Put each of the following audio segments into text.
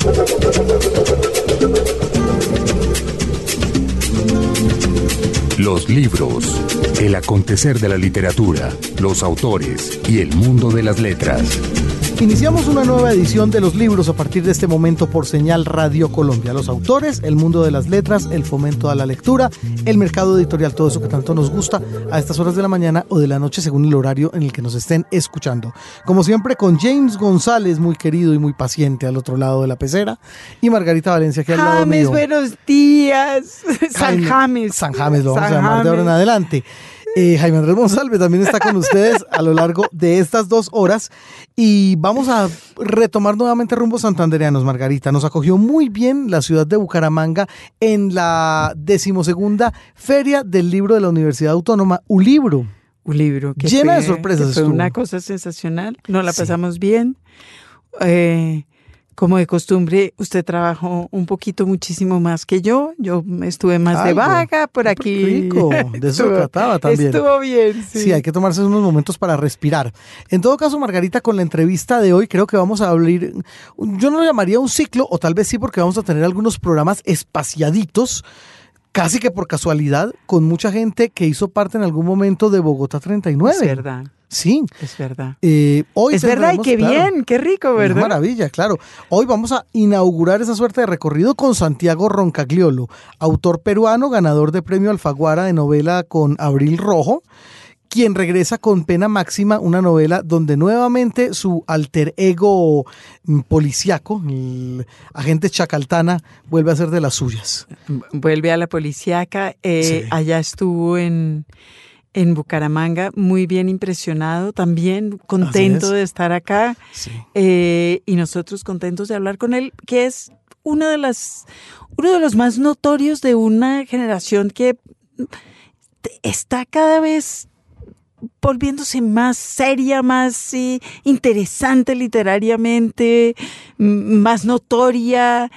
Los libros, el acontecer de la literatura, los autores y el mundo de las letras. Iniciamos una nueva edición de Los Libros a partir de este momento por Señal Radio Colombia. Los autores, el mundo de las letras, el fomento a la lectura, el mercado editorial, todo eso que tanto nos gusta a estas horas de la mañana o de la noche según el horario en el que nos estén escuchando. Como siempre con James González, muy querido y muy paciente al otro lado de la pecera, y Margarita Valencia aquí al lado mío. Buenos días. San James. San James lo vamos a llamar de ahora en adelante. Jaime Andrés Monsalve también está con ustedes a lo largo de estas 2 horas y vamos a retomar nuevamente rumbo santandereanos, Margarita. Nos acogió muy bien la ciudad de Bucaramanga en la 12ª Feria del Libro de la Universidad Autónoma, ULibro. ULibro. Llena de sorpresas. Fue una cosa sensacional, nos la pasamos bien. Como de costumbre, usted trabajó un poquito muchísimo más que yo. Yo estuve más de vaga por aquí. Rico, de eso trataba también. Estuvo bien, sí. Sí, hay que tomarse unos momentos para respirar. En todo caso, Margarita, con la entrevista de hoy, creo que vamos a abrir, yo no lo llamaría un ciclo, o tal vez sí, porque vamos a tener algunos programas espaciaditos, casi que por casualidad, con mucha gente que hizo parte en algún momento de Bogotá 39. Es verdad. Sí. Es verdad. Hoy es verdad y qué bien, qué rico, ¿verdad? Qué maravilla, claro. Hoy vamos a inaugurar esa suerte de recorrido con Santiago Roncagliolo, autor peruano, ganador de premio Alfaguara de novela con Abril Rojo, quien regresa con Pena Máxima, una novela donde nuevamente su alter ego policíaco, el agente Chacaltana, vuelve a ser de las suyas. Vuelve a la policíaca, sí. Allá estuvo en Bucaramanga, muy bien impresionado, también contento de estar acá, sí. Y nosotros contentos de hablar con él, que es uno de los más notorios de una generación que está cada vez volviéndose más seria, más interesante literariamente, más notoria,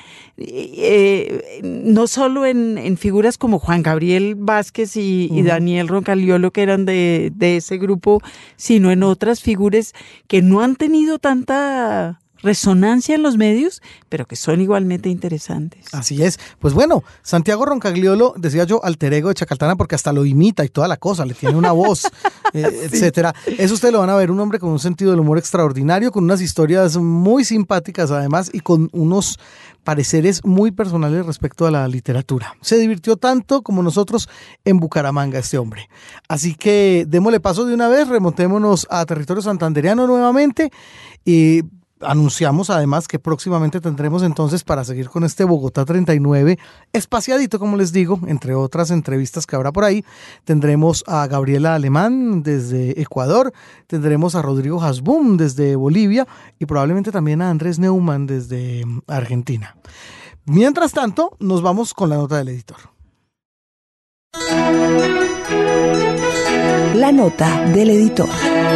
no solo en figuras como Juan Gabriel Vázquez y Daniel Roncagliolo, que eran de ese grupo, sino en otras figuras que no han tenido tanta resonancia en los medios, pero que son igualmente interesantes. Así es. Pues bueno, Santiago Roncagliolo, decía yo, alter ego de Chacaltana, porque hasta lo imita y toda la cosa, le tiene una voz, sí. Etcétera. Eso ustedes lo van a ver, un hombre con un sentido del humor extraordinario, con unas historias muy simpáticas además y con unos pareceres muy personales respecto a la literatura. Se divirtió tanto como nosotros en Bucaramanga este hombre. Así que démosle paso de una vez, remontémonos a territorio santandereano nuevamente y anunciamos además que próximamente tendremos entonces, para seguir con este Bogotá 39, espaciadito como les digo, entre otras entrevistas que habrá por ahí, tendremos a Gabriela Alemán desde Ecuador, tendremos a Rodrigo Hasbún desde Bolivia y probablemente también a Andrés Neumann desde Argentina. Mientras tanto, nos vamos con la nota del editor. La nota del editor.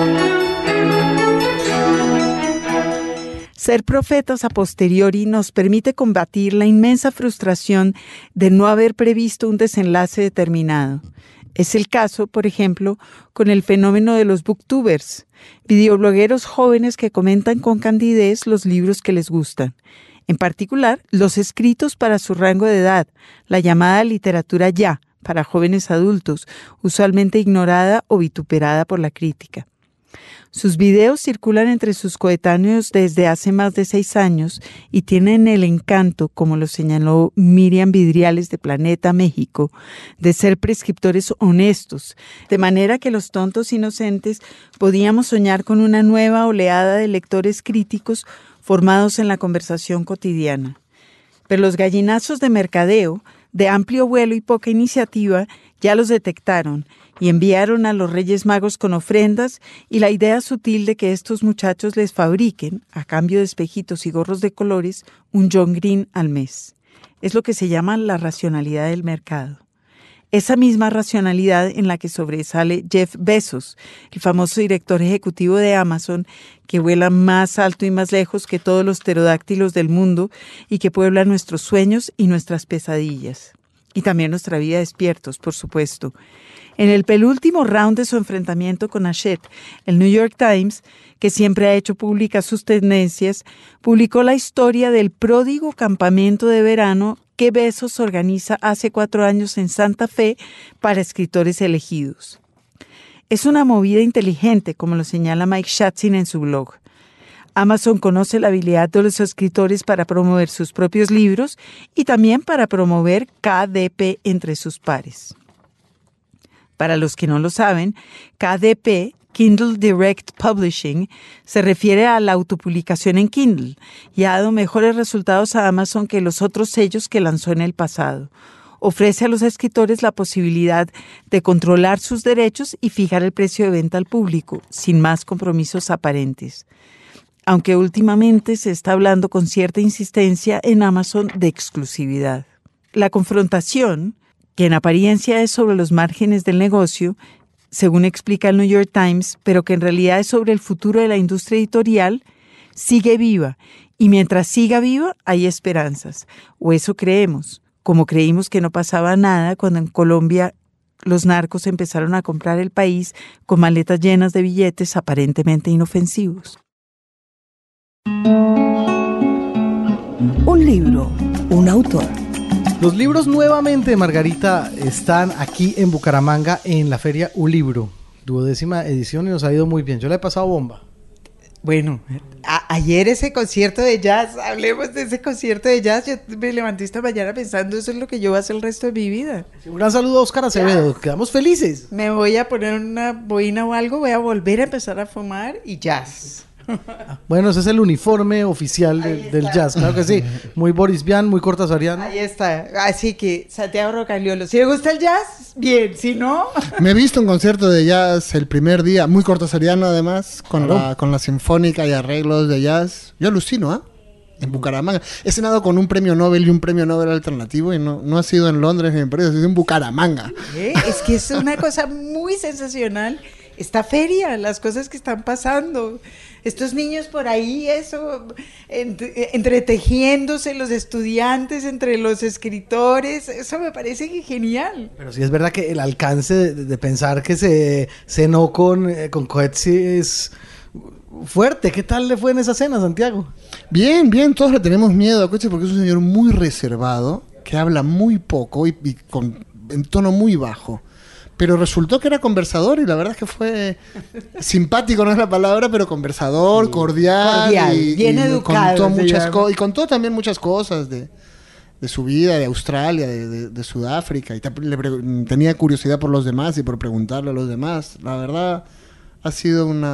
Ser profetas a posteriori nos permite combatir la inmensa frustración de no haber previsto un desenlace determinado. Es el caso, por ejemplo, con el fenómeno de los booktubers, videoblogueros jóvenes que comentan con candidez los libros que les gustan. En particular, los escritos para su rango de edad, la llamada literatura ya, para jóvenes adultos, usualmente ignorada o vituperada por la crítica. Sus videos circulan entre sus coetáneos desde hace más de 6 años y tienen el encanto, como lo señaló Miriam Vidriales de Planeta México, de ser prescriptores honestos, de manera que los tontos inocentes podíamos soñar con una nueva oleada de lectores críticos formados en la conversación cotidiana. Pero los gallinazos de mercadeo, de amplio vuelo y poca iniciativa, ya los detectaron y enviaron a los Reyes Magos con ofrendas y la idea sutil de que estos muchachos les fabriquen, a cambio de espejitos y gorros de colores, un John Green al mes. Es lo que se llama la racionalidad del mercado. Esa misma racionalidad en la que sobresale Jeff Bezos, el famoso director ejecutivo de Amazon, que vuela más alto y más lejos que todos los pterodáctilos del mundo y que puebla nuestros sueños y nuestras pesadillas. Y también nuestra vida despiertos, por supuesto. En el penúltimo round de su enfrentamiento con Hachette, el New York Times, que siempre ha hecho públicas sus tendencias, publicó la historia del pródigo campamento de verano que Bezos organiza hace 4 años en Santa Fe para escritores elegidos. Es una movida inteligente, como lo señala Mike Shatzin en su blog. Amazon conoce la habilidad de los escritores para promover sus propios libros y también para promover KDP entre sus pares. Para los que no lo saben, KDP, Kindle Direct Publishing, se refiere a la autopublicación en Kindle y ha dado mejores resultados a Amazon que los otros sellos que lanzó en el pasado. Ofrece a los escritores la posibilidad de controlar sus derechos y fijar el precio de venta al público, sin más compromisos aparentes. Aunque últimamente se está hablando con cierta insistencia en Amazon de exclusividad. La confrontación, que en apariencia es sobre los márgenes del negocio, según explica el New York Times, pero que en realidad es sobre el futuro de la industria editorial, sigue viva. Y mientras siga viva, hay esperanzas. O eso creemos, como creímos que no pasaba nada cuando en Colombia los narcos empezaron a comprar el país con maletas llenas de billetes aparentemente inofensivos. Un libro, un autor. Los libros nuevamente, Margarita, están aquí en Bucaramanga en la Feria Ulibro, 12ª edición, y nos ha ido muy bien. Yo la he pasado bomba. Bueno, ayer ese concierto de jazz, hablemos de ese concierto de jazz. Yo me levanté esta mañana pensando, eso es lo que yo voy a hacer el resto de mi vida. Un gran saludo a Óscar Acevedo, quedamos felices. Me voy a poner una boina o algo, voy a volver a empezar a fumar y jazz. Bueno, ese es el uniforme oficial del jazz, claro que sí. Muy Boris Vian, muy cortasariano. Ahí está. Así que, Santiago Rocagliolo, si le gusta el jazz, bien, si no... Me he visto un concierto de jazz el primer día, muy cortasariano además, con la sinfónica y arreglos de jazz. Yo alucino, en Bucaramanga. He cenado con un premio Nobel y un premio Nobel alternativo y no ha sido en Londres ni en París, ha sido en Bucaramanga. Es que es una cosa muy sensacional. Esta feria, las cosas que están pasando, estos niños por ahí, eso, entretejiéndose los estudiantes entre los escritores, eso me parece genial. Pero sí es verdad que el alcance de pensar que se cenó con Coetzee es fuerte. ¿Qué tal le fue en esa cena, Santiago? Bien, bien, todos le tenemos miedo a Coetzee porque es un señor muy reservado, que habla muy poco y en tono muy bajo. Pero resultó que era conversador y la verdad es que fue simpático, no es la palabra, pero conversador, cordial y bien educado. Contó también muchas cosas de su vida, de Australia, de Sudáfrica. Y tenía curiosidad por los demás y por preguntarle a los demás. La verdad ha sido un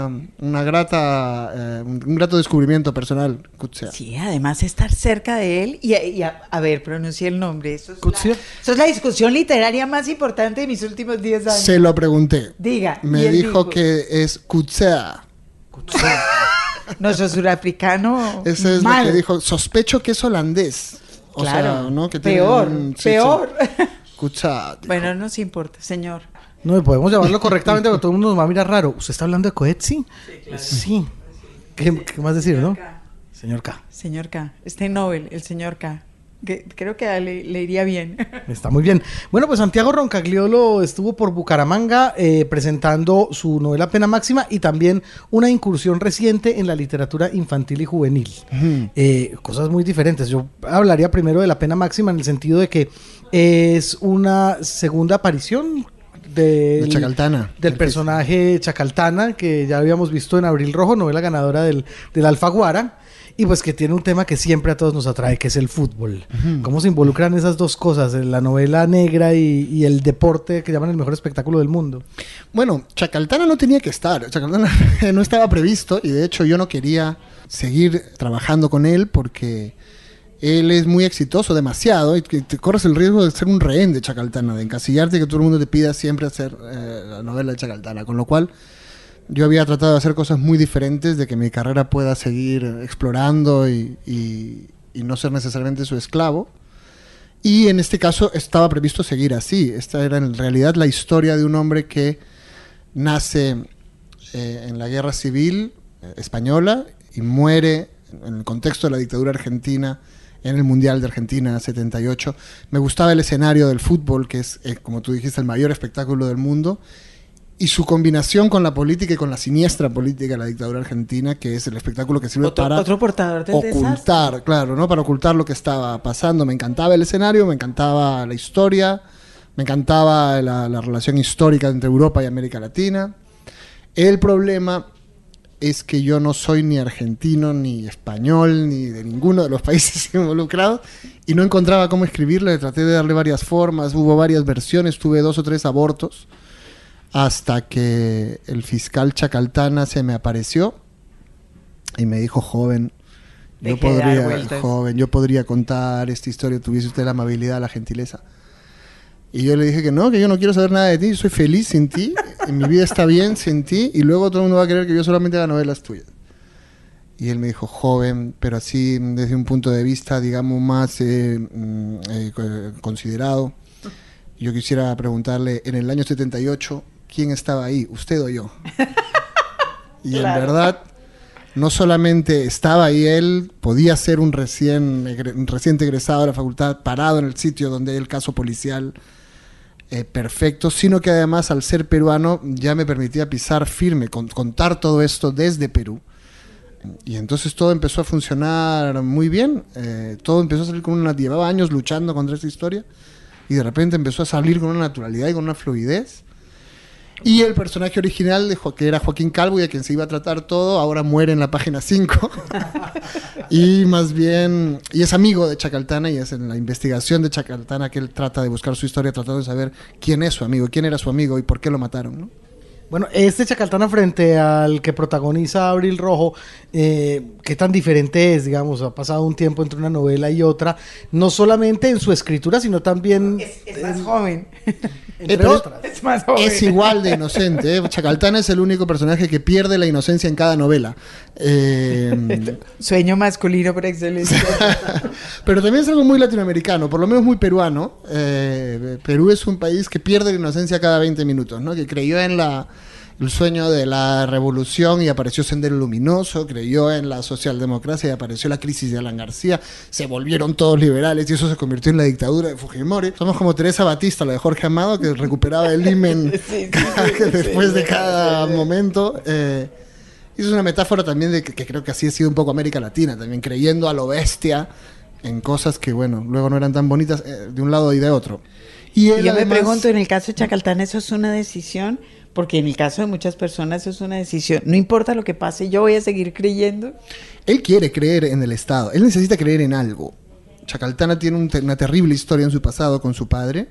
grato descubrimiento personal, Coetzee. Sí, además estar cerca de él y a ver, pronuncié el nombre. Eso es la discusión literaria más importante de mis últimos 10 años. Se lo pregunté. Diga. Me dijo que es Coetzee. Nuestro surafricano. Ese es lo que dijo. Sospecho que es holandés. O claro. sea, ¿no? Que peor. Coetzee. Bueno, no nos importa, señor. No, podemos llamarlo correctamente porque todo el mundo nos va a mirar raro. ¿Usted está hablando de Coetzee? Sí, claro. Sí. ¿Qué más decir, no? Señor K. Señor K. Nobel, el señor K. Que creo que le iría bien. Está muy bien. Bueno, pues Santiago Roncagliolo estuvo por Bucaramanga presentando su novela Pena Máxima y también una incursión reciente en la literatura infantil y juvenil. Cosas muy diferentes. Yo hablaría primero de la Pena Máxima en el sentido de que es una segunda aparición de Chacaltana, del personaje Chacaltana, que ya habíamos visto en Abril Rojo, novela ganadora del Alfaguara, y pues que tiene un tema que siempre a todos nos atrae, que es el fútbol. ¿Cómo se involucran esas dos cosas, la novela negra y el deporte que llaman el mejor espectáculo del mundo? Bueno, Chacaltana no tenía que estar, Chacaltana no estaba previsto, y de hecho yo no quería seguir trabajando con él porque él es muy exitoso, demasiado, y te corres el riesgo de ser un rehén de Chacaltana, de encasillarte y que todo el mundo te pida siempre hacer la novela de Chacaltana, con lo cual yo había tratado de hacer cosas muy diferentes, de que mi carrera pueda seguir explorando y no ser necesariamente su esclavo, y en este caso estaba previsto seguir así. Esta era en realidad la historia de un hombre que nace en la guerra civil española y muere en el contexto de la dictadura argentina en el Mundial de Argentina 78. Me gustaba el escenario del fútbol, que es, como tú dijiste, el mayor espectáculo del mundo, y su combinación con la política y con la siniestra política de la dictadura argentina, que es el espectáculo que sirve para otro portador del ocultar, desastre. claro, ¿no? Para ocultar lo que estaba pasando. Me encantaba el escenario, me encantaba la historia, me encantaba la relación histórica entre Europa y América Latina. El problema es que yo no soy ni argentino, ni español, ni de ninguno de los países involucrados, y no encontraba cómo escribirle. Traté de darle varias formas, hubo varias versiones, tuve 2 o 3 abortos, hasta que el fiscal Chacaltana se me apareció y me dijo: joven, yo podría contar esta historia, tuviese usted la amabilidad, la gentileza. Y yo le dije que yo no quiero saber nada de ti, yo soy feliz sin ti, mi vida está bien sin ti, y luego todo el mundo va a creer que yo solamente haga novelas tuyas. Y él me dijo: joven, pero así desde un punto de vista, digamos, más considerado. Yo quisiera preguntarle, en el año 78, ¿quién estaba ahí, usted o yo? Y claro, en verdad, no solamente estaba ahí él, podía ser un reciente egresado de la facultad, parado en el sitio donde hay el caso policial perfecto, sino que además, al ser peruano, ya me permitía pisar firme, contar todo esto desde Perú. Y entonces todo empezó a funcionar muy bien, todo empezó a salir con una... Llevaba años luchando contra esta historia, y de repente empezó a salir con una naturalidad y con una fluidez. Y el personaje original, que era Joaquín Calvo y a quien se iba a tratar todo, ahora muere en la página 5. Y más bien, y es amigo de Chacaltana, y es en la investigación de Chacaltana que él trata de buscar su historia, tratando de saber quién es su amigo, quién era su amigo y por qué lo mataron, ¿no? Bueno, este Chacaltana frente al que protagoniza Abril Rojo, ¿qué tan diferente es? Digamos, ha pasado un tiempo entre una novela y otra, no solamente en su escritura, sino también... Es más joven. Entre otras. Es más joven. Es igual de inocente, ¿eh? Chacaltana es el único personaje que pierde la inocencia en cada novela. Sueño masculino por excelencia. Pero también es algo muy latinoamericano, por lo menos muy peruano. Perú es un país que pierde la inocencia cada 20 minutos, ¿no? Que creyó en el sueño de la revolución y apareció Sendero Luminoso, creyó en la socialdemocracia y apareció la crisis de Alan García, se volvieron todos liberales y eso se convirtió en la dictadura de Fujimori. Somos como Teresa Batista, la de Jorge Amado, que recuperaba el himen después de cada momento. Y es una metáfora también de que creo que así ha sido un poco América Latina, también creyendo a lo bestia en cosas que, bueno, luego no eran tan bonitas de un lado y de otro. Y yo además, me pregunto, en el caso de Chacaltana, ¿eso es una decisión? Porque en el caso de muchas personas eso es una decisión. No importa lo que pase, yo voy a seguir creyendo. Él quiere creer en el Estado, él necesita creer en algo. Chacaltana tiene una terrible historia en su pasado con su padre,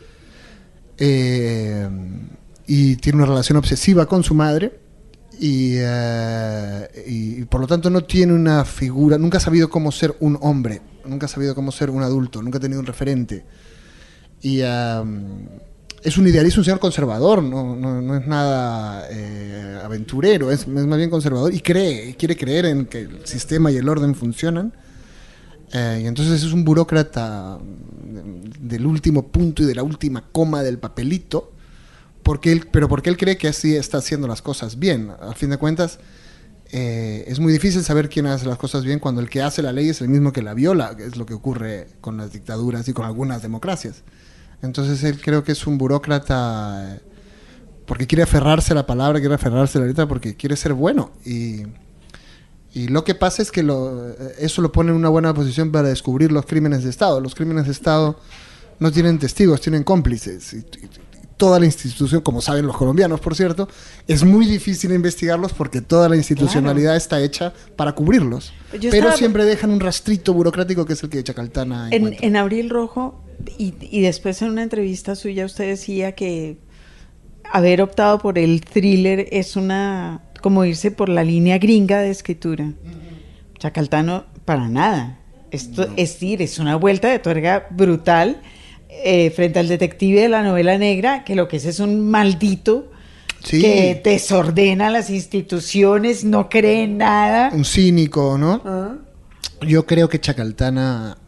y tiene una relación obsesiva con su madre, y por lo tanto no tiene una figura, nunca ha sabido cómo ser un hombre, nunca ha sabido cómo ser un adulto, nunca ha tenido un referente. Y es un idealista, un señor conservador, no es nada aventurero, es más bien conservador, y quiere creer en que el sistema y el orden funcionan. Y entonces es un burócrata del último punto y de la última coma del papelito, porque él cree que así está haciendo las cosas bien. Al fin de cuentas, es muy difícil saber quién hace las cosas bien cuando el que hace la ley es el mismo que la viola, que es lo que ocurre con las dictaduras y con algunas democracias. Entonces él creo que es un burócrata porque quiere aferrarse a la palabra, quiere aferrarse a la letra, porque quiere ser bueno. Y lo que pasa es que eso lo pone en una buena posición para descubrir los crímenes de Estado. Los crímenes de Estado no tienen testigos, tienen cómplices. Y toda la institución, como saben los colombianos, por cierto, es muy difícil investigarlos porque toda la institucionalidad está hecha para cubrirlos. Pero siempre dejan un rastrito burocrático que es el que Chacaltana encuentra. En Abril Rojo, y después en una entrevista suya usted decía que haber optado por el thriller es como irse por la línea gringa de escritura. Chacaltano, para nada. Esto no. Es una vuelta de tuerca brutal frente al detective de la novela negra, que lo que es un maldito que desordena las instituciones, no cree en nada. Un cínico, ¿no? Yo creo que Chacaltana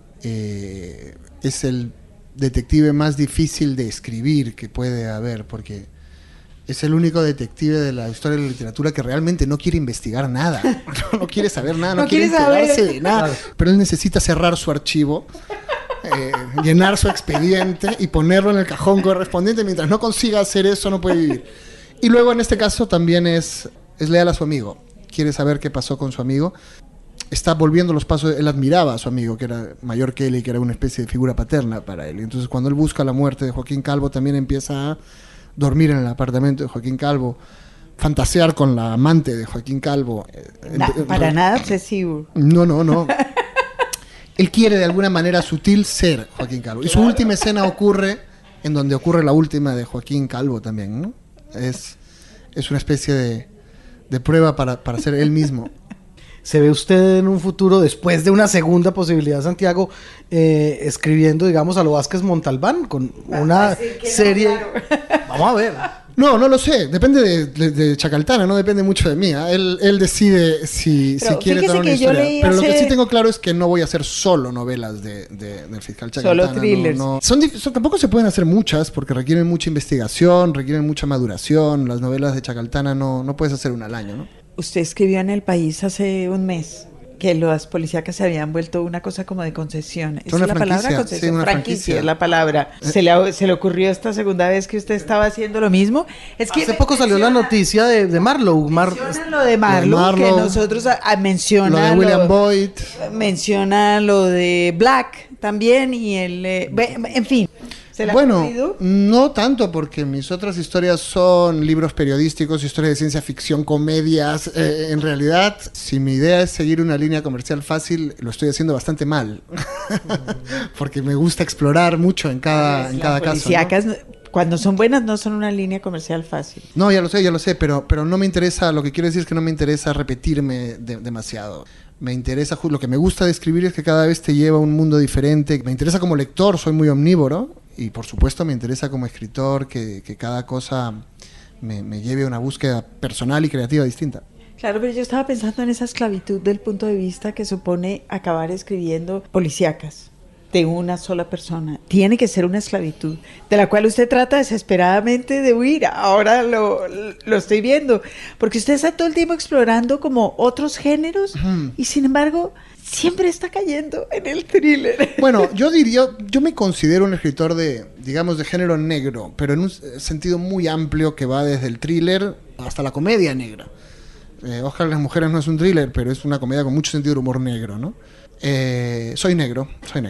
es el detective más difícil de escribir que puede haber, porque Es el único detective de la historia de la literatura que realmente no quiere investigar nada. No quiere saber nada, no quiere enterarse de nada. Claro. Pero él necesita cerrar su archivo, llenar su expediente y ponerlo en el cajón correspondiente. Mientras no consiga hacer eso, no puede vivir. Y luego, en este caso, también es leal a su amigo. Quiere saber qué pasó con su amigo. Está volviendo los pasos. Él admiraba a su amigo, que era mayor que él y que era una especie de figura paterna para él. Entonces, cuando él busca la muerte de Joaquín Calvo, también empieza a dormir en el apartamento de Joaquín Calvo, fantasear con la amante de Joaquín Calvo. Para nada obsesivo. No. Él quiere de alguna manera sutil ser Joaquín Calvo. Y su última escena ocurre en donde ocurre la última de Joaquín Calvo también, ¿no? Es una especie de prueba para ser él mismo. ¿Se ve usted en un futuro, después de una segunda posibilidad, Santiago, escribiendo, digamos, a lo Vázquez Montalbán, con una serie? No, claro. Vamos a ver. No lo sé. Depende de Chacaltana, no depende mucho de mí. Él decide si quiere tomar una historia. Pero lo que sí tengo claro es que no voy a hacer solo novelas del fiscal Chacaltana. Solo thrillers. Tampoco se pueden hacer muchas porque requieren mucha investigación, requieren mucha maduración. Las novelas de Chacaltana no puedes hacer una al año, ¿no? Usted escribió en El País hace un mes que las policíacas se habían vuelto una cosa como de concesión. ¿Es la palabra concesión? Sí, franquicia es la palabra. ¿Se le ocurrió esta segunda vez que usted estaba haciendo lo mismo? Es que hace poco salió la noticia de Marlowe. Menciona lo de Marlowe, que nosotros menciona lo de William Boyd. Menciona lo de Black también y en fin. Bueno, no tanto, porque mis otras historias son libros periodísticos, historias de ciencia ficción, comedias. En realidad, si mi idea es seguir una línea comercial fácil, lo estoy haciendo bastante mal. Porque me gusta explorar mucho en cada caso, ¿no? Cuando son buenas no son una línea comercial fácil. No, ya lo sé, pero no me interesa, lo que quiero decir es que no me interesa repetirme demasiado. Me interesa, lo que me gusta de escribir es que cada vez te lleva a un mundo diferente. Me interesa como lector, soy muy omnívoro. Y por supuesto me interesa como escritor que cada cosa me lleve a una búsqueda personal y creativa distinta. Claro, pero yo estaba pensando en esa esclavitud del punto de vista que supone acabar escribiendo policíacas de una sola persona. Tiene que ser una esclavitud de la cual usted trata desesperadamente de huir. Ahora lo estoy viendo, porque usted está todo el tiempo explorando como otros géneros y sin embargo siempre está cayendo en el thriller. Bueno, yo me considero un escritor de género negro, pero en un sentido muy amplio que va desde el thriller hasta la comedia negra. Oscar de las mujeres no es un thriller, pero es una comedia con mucho sentido de humor negro, ¿no? Soy negro.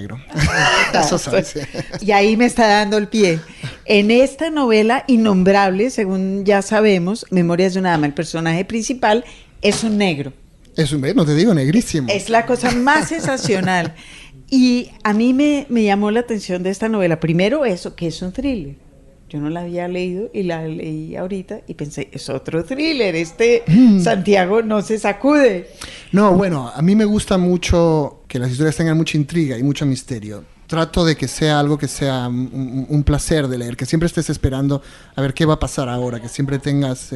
Eso soy, sí. Y ahí me está dando el pie. En esta novela innombrable, según ya sabemos, Memorias de una dama, el personaje principal es un negro. No te digo, negrísimo. Es la cosa más sensacional. Y a mí me llamó la atención de esta novela. Primero eso, que es un thriller. Yo no la había leído y la leí ahorita y pensé, es otro thriller. Santiago no se sacude. No, bueno, a mí me gusta mucho que las historias tengan mucha intriga y mucho misterio. Trato de que sea algo que sea un placer de leer, que siempre estés esperando a ver qué va a pasar ahora, que siempre tengas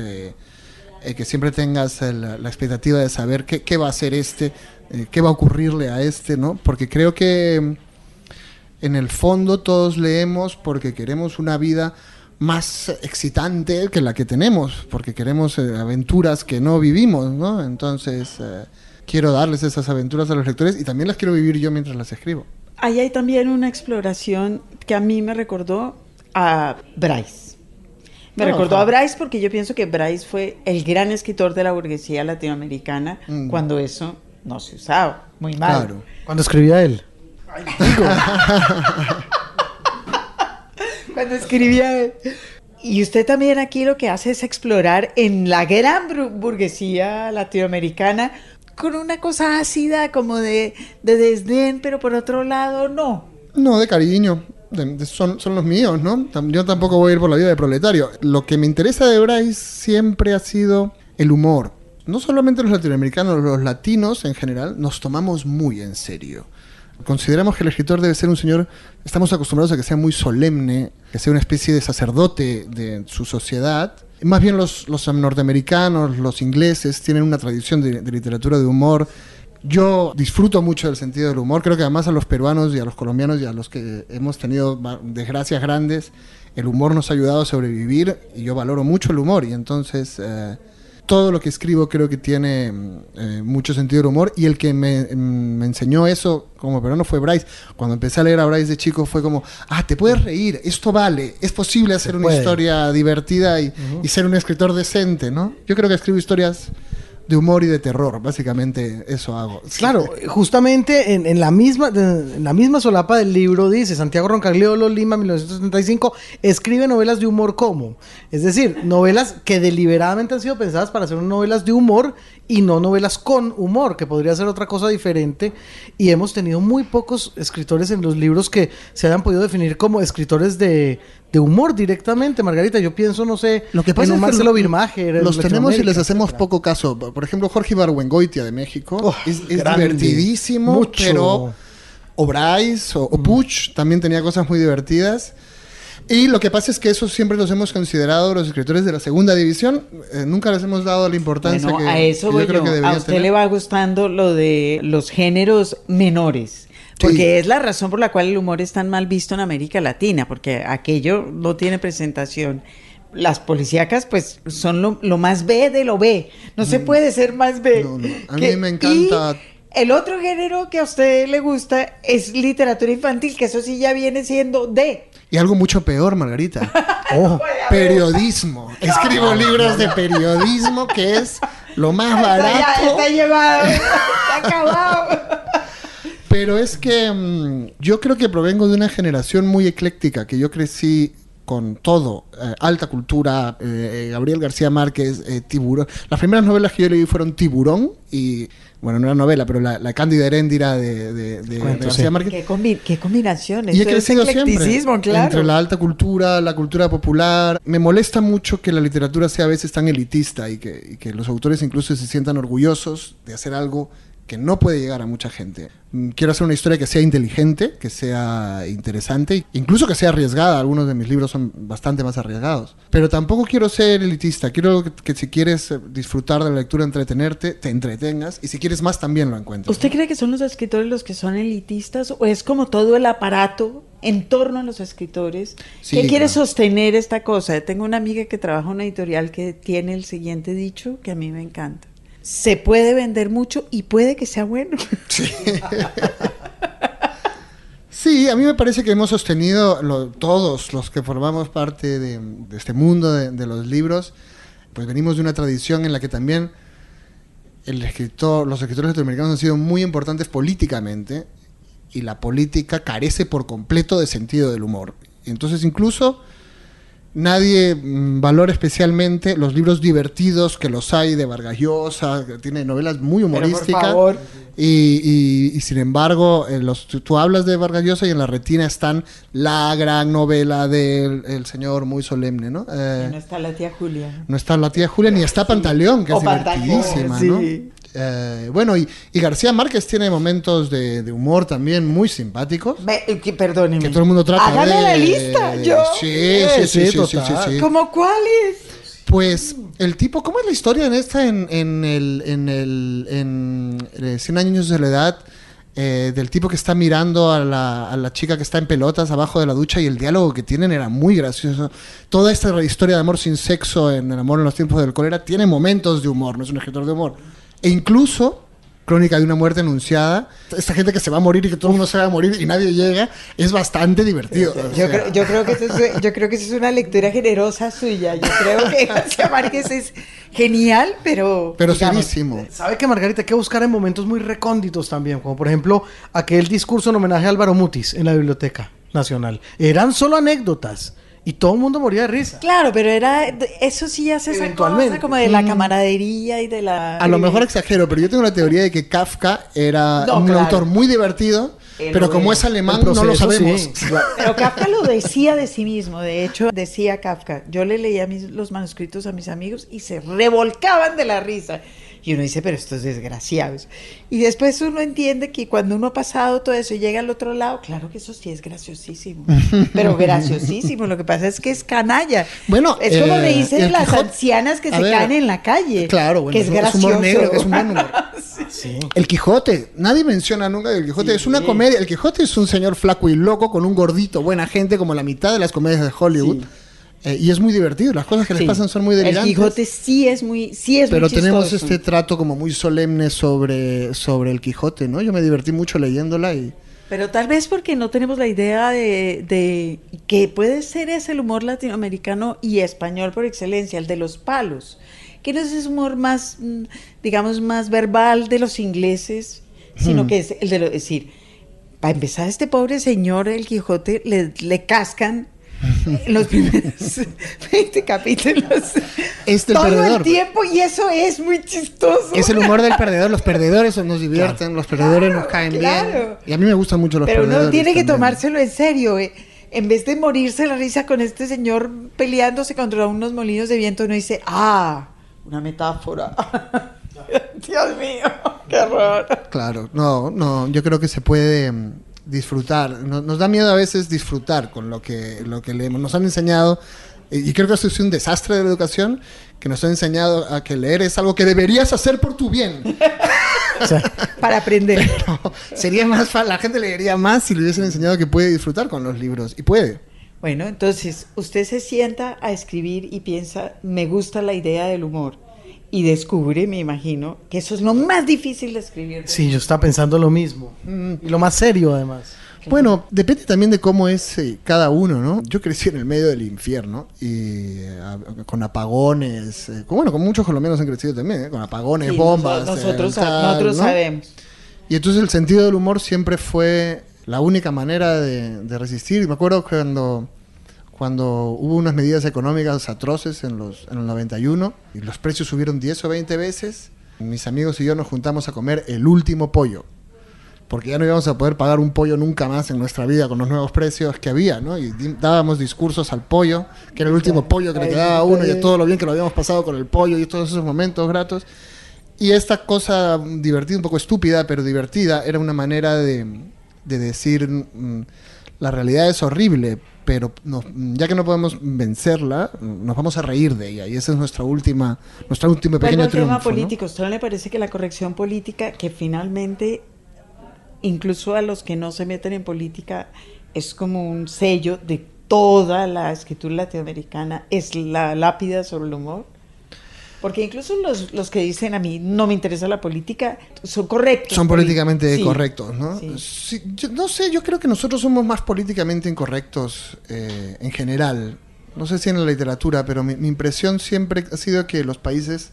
la expectativa de saber qué va a hacer qué va a ocurrirle a ¿no? Porque creo que en el fondo todos leemos porque queremos una vida más excitante que la que tenemos, porque queremos aventuras que no vivimos, ¿no? Entonces quiero darles esas aventuras a los lectores y también las quiero vivir yo mientras las escribo. Ahí hay también una exploración que a mí me recordó a Bryce. Me recordó a Bryce porque yo pienso que Bryce fue el gran escritor de la burguesía latinoamericana cuando eso no se usaba, muy mal. Claro. Cuando escribía él. Cuando escribía él. Y usted también aquí lo que hace es explorar en la gran burguesía latinoamericana con una cosa ácida como de desdén, pero por otro lado no. No, de cariño. Son los míos, ¿no? Yo tampoco voy a ir por la vida de proletario. Lo que me interesa de Bryce siempre ha sido el humor. No solamente los latinoamericanos, los latinos en general nos tomamos muy en serio. Consideramos que el escritor debe ser un señor, estamos acostumbrados a que sea muy solemne, que sea una especie de sacerdote de su sociedad. Más bien los norteamericanos, los ingleses, tienen una tradición de literatura de humor Yo disfruto mucho del sentido del humor. Creo que además a los peruanos y a los colombianos y a los que hemos tenido desgracias grandes, el humor nos ha ayudado a sobrevivir y yo valoro mucho el humor. Y entonces todo lo que escribo creo que tiene mucho sentido del humor. Y el que me enseñó eso como peruano fue Bryce. Cuando empecé a leer a Bryce de chico fue como, te puedes reír, esto vale, es posible hacer una historia divertida y ser un escritor decente, ¿no? Yo creo que escribo historias de humor y de terror, básicamente eso hago. Claro, justamente en la misma solapa del libro dice Santiago Roncagliolo, Lima, 1975, escribe novelas de humor como, es decir, novelas que deliberadamente han sido pensadas para ser novelas de humor y no novelas con humor, que podría ser otra cosa diferente, y hemos tenido muy pocos escritores en los libros que se hayan podido definir como escritores de humor directamente, Margarita. Yo pienso, no sé, lo que pasa en un es que Marcelo Birmacher, los tenemos y les hacemos poco caso. Por ejemplo, Jorge Ibargüengoitia de México es divertidísimo, mucho. Pero o Bryce o Puch también tenía cosas muy divertidas. Y lo que pasa es que eso siempre los hemos considerado los escritores de la segunda división. Nunca les hemos dado la importancia que a eso yo creo que deberían a usted tener. Le va gustando lo de los géneros menores. Porque sí, es la razón por la cual el humor es tan mal visto en América Latina, porque aquello no tiene presentación. Las policíacas, pues, son lo más B de lo B. No se puede ser más B. No. A mí me encanta. Y el otro género que a usted le gusta es literatura infantil, que eso sí ya viene siendo D. Y algo mucho peor, Margarita. Periodismo. Escribo libros de periodismo, que es lo más barato. Ya está llevado, está acabado. Pero es que yo creo que provengo de una generación muy ecléctica, que yo crecí con todo, alta cultura, Gabriel García Márquez, Tiburón. Las primeras novelas que yo leí fueron Tiburón y, bueno, no era novela, pero la Cándida Heréndira de García Márquez. ¿Qué combinación? Y he crecido siempre claro, entre la alta cultura, la cultura popular. Me molesta mucho que la literatura sea a veces tan elitista y que los autores incluso se sientan orgullosos de hacer algo que no puede llegar a mucha gente. Quiero hacer una historia que sea inteligente, que sea interesante, incluso que sea arriesgada. Algunos de mis libros son bastante más arriesgados. Pero tampoco quiero ser elitista. Quiero que si quieres disfrutar de la lectura, entretenerte, te entretengas. Y si quieres más, también lo encuentras. ¿Usted cree que son los escritores los que son elitistas? ¿O es como todo el aparato en torno a los escritores que quiere sostener esta cosa? Tengo una amiga que trabaja en una editorial que tiene el siguiente dicho que a mí me encanta. Se puede vender mucho y puede que sea bueno. Sí. Sí, a mí me parece que hemos sostenido, todos los que formamos parte de este mundo de los libros, pues venimos de una tradición en la que también los escritores latinoamericanos han sido muy importantes políticamente, y la política carece por completo de sentido del humor. Entonces incluso nadie valora especialmente los libros divertidos que los hay de Vargas Llosa, que tiene novelas muy humorísticas. Pero por favor. Y sin embargo, tú hablas de Vargas Llosa y en la retina están la gran novela del señor muy solemne, ¿no? No está la tía Julia. No está la tía Julia, ni está Pantaleón, que es divertidísima, sí, ¿no? Bueno, y García Márquez tiene momentos de humor también muy simpáticos. Perdóneme. Que todo el mundo trata Hágame la lista, yo. Sí. ¿Cómo cuáles? Pues el tipo, ¿cómo es la historia en esta en 100 años de soledad? Del tipo que está mirando a la chica que está en pelotas abajo de la ducha, y el diálogo que tienen era muy gracioso. Toda esta historia de amor sin sexo, en El amor en los tiempos del cólera, tiene momentos de humor, no es un escritor de humor. E incluso Crónica de una muerte anunciada, esta gente que se va a morir y que todo el mundo se va a morir y nadie llega, es bastante divertido. Yo creo que eso es una lectura generosa suya. Yo creo que García Márquez es genial, pero serísimo. ¿Sabe que, Margarita, hay que buscar en momentos muy recónditos también? Como por ejemplo aquel discurso en homenaje a Álvaro Mutis en la Biblioteca Nacional. Eran solo anécdotas y todo el mundo moría de risa. Claro, pero eso sí hace esa cosa como de la camaradería y de la... A lo mejor exagero, pero yo tengo la teoría de que Kafka era un autor muy divertido, pero como es alemán no lo sabemos. Sí. Pero Kafka lo decía de sí mismo. De hecho, decía Kafka, yo le leía los manuscritos a mis amigos y se revolcaban de la risa. Y uno dice, pero estos desgraciados. Y después uno entiende que cuando uno ha pasado todo eso y llega al otro lado, claro que eso sí es graciosísimo. Pero graciosísimo. Lo que pasa es que es canalla. Bueno, es como reírse de las ancianas que se caen en la calle. Claro, bueno, que es gracioso. humor negro, es un buen humor. Sí. Sí. El Quijote, nadie menciona nunca que el Quijote Sí. es una comedia. El Quijote es un señor flaco y loco con un gordito, buena gente, como la mitad de las comedias de Hollywood. Y es muy divertido, las cosas que les pasan son muy delirantes. El Quijote sí es muy Pero muy tenemos chistoso. este trato como muy solemne sobre el Quijote, ¿no? Yo me divertí mucho leyéndola y... Pero tal vez porque no tenemos la idea de que puede ser ese el humor latinoamericano y español por excelencia, el de los palos, que no es ese humor más, digamos, más verbal de los ingleses, sino que es el de decir, para empezar, este pobre señor, el Quijote, le cascan en los primeros 20 capítulos Este el todo perdedor. el tiempo, y eso es muy chistoso. Es el humor del perdedor, los perdedores nos divierten, los perdedores nos caen bien. Y a mí me gustan mucho los Pero perdedores. uno tiene que también. tomárselo en serio. En vez de morirse la risa con este señor peleándose contra unos molinos de viento, uno dice, una metáfora. Dios mío, qué horror. Claro, no, yo creo que se puede disfrutar. Nos da miedo a veces disfrutar con lo que leemos. Nos han enseñado, y creo que esto es un desastre de la educación, que nos han enseñado a que leer es algo que deberías hacer por tu bien. O sea, Para aprender. No, sería más fácil, la gente leería más si le hubiesen enseñado que puede disfrutar con los libros. Y puede. Bueno, entonces usted se sienta a escribir y piensa, me gusta la idea del humor. Y descubre, me imagino, que eso es lo más difícil de escribir. sí, yo estaba pensando lo mismo. Y lo más serio, además. Bueno, depende también de cómo es cada uno, ¿no? Yo crecí en el medio del infierno y con apagones, como muchos colombianos han crecido también, con apagones, Sí, bombas. nosotros tal, ¿no? sabemos. Y entonces el sentido del humor siempre fue la única manera de resistir. Me acuerdo cuando hubo unas medidas económicas atroces en el 91 y los precios subieron 10 o 20 veces, mis amigos y yo nos juntamos a comer el último pollo, porque ya no íbamos a poder pagar un pollo nunca más en nuestra vida con los nuevos precios que había, ¿no? Y dábamos discursos al pollo, que era el último pollo que le quedaba a uno, y a todo lo bien que lo habíamos pasado con el pollo y todos esos momentos gratos. Y esta cosa divertida, un poco estúpida, pero divertida, era una manera de decir, la realidad es horrible, pero ya que no podemos vencerla, nos vamos a reír de ella. Y ese es nuestro último pequeño Vuelvo al triunfo, tema ¿no? político. ¿Usted no le parece que la corrección política, que finalmente, incluso a los que no se meten en política, es como un sello de toda la escritura latinoamericana, es la lápida sobre el humor? Porque incluso los que dicen a mí no me interesa la política son correctos. Son políticamente Sí. correctos, ¿no? Sí. Sí, yo no sé, yo creo que nosotros somos más políticamente incorrectos en general. No sé si en la literatura, pero mi impresión siempre ha sido que los países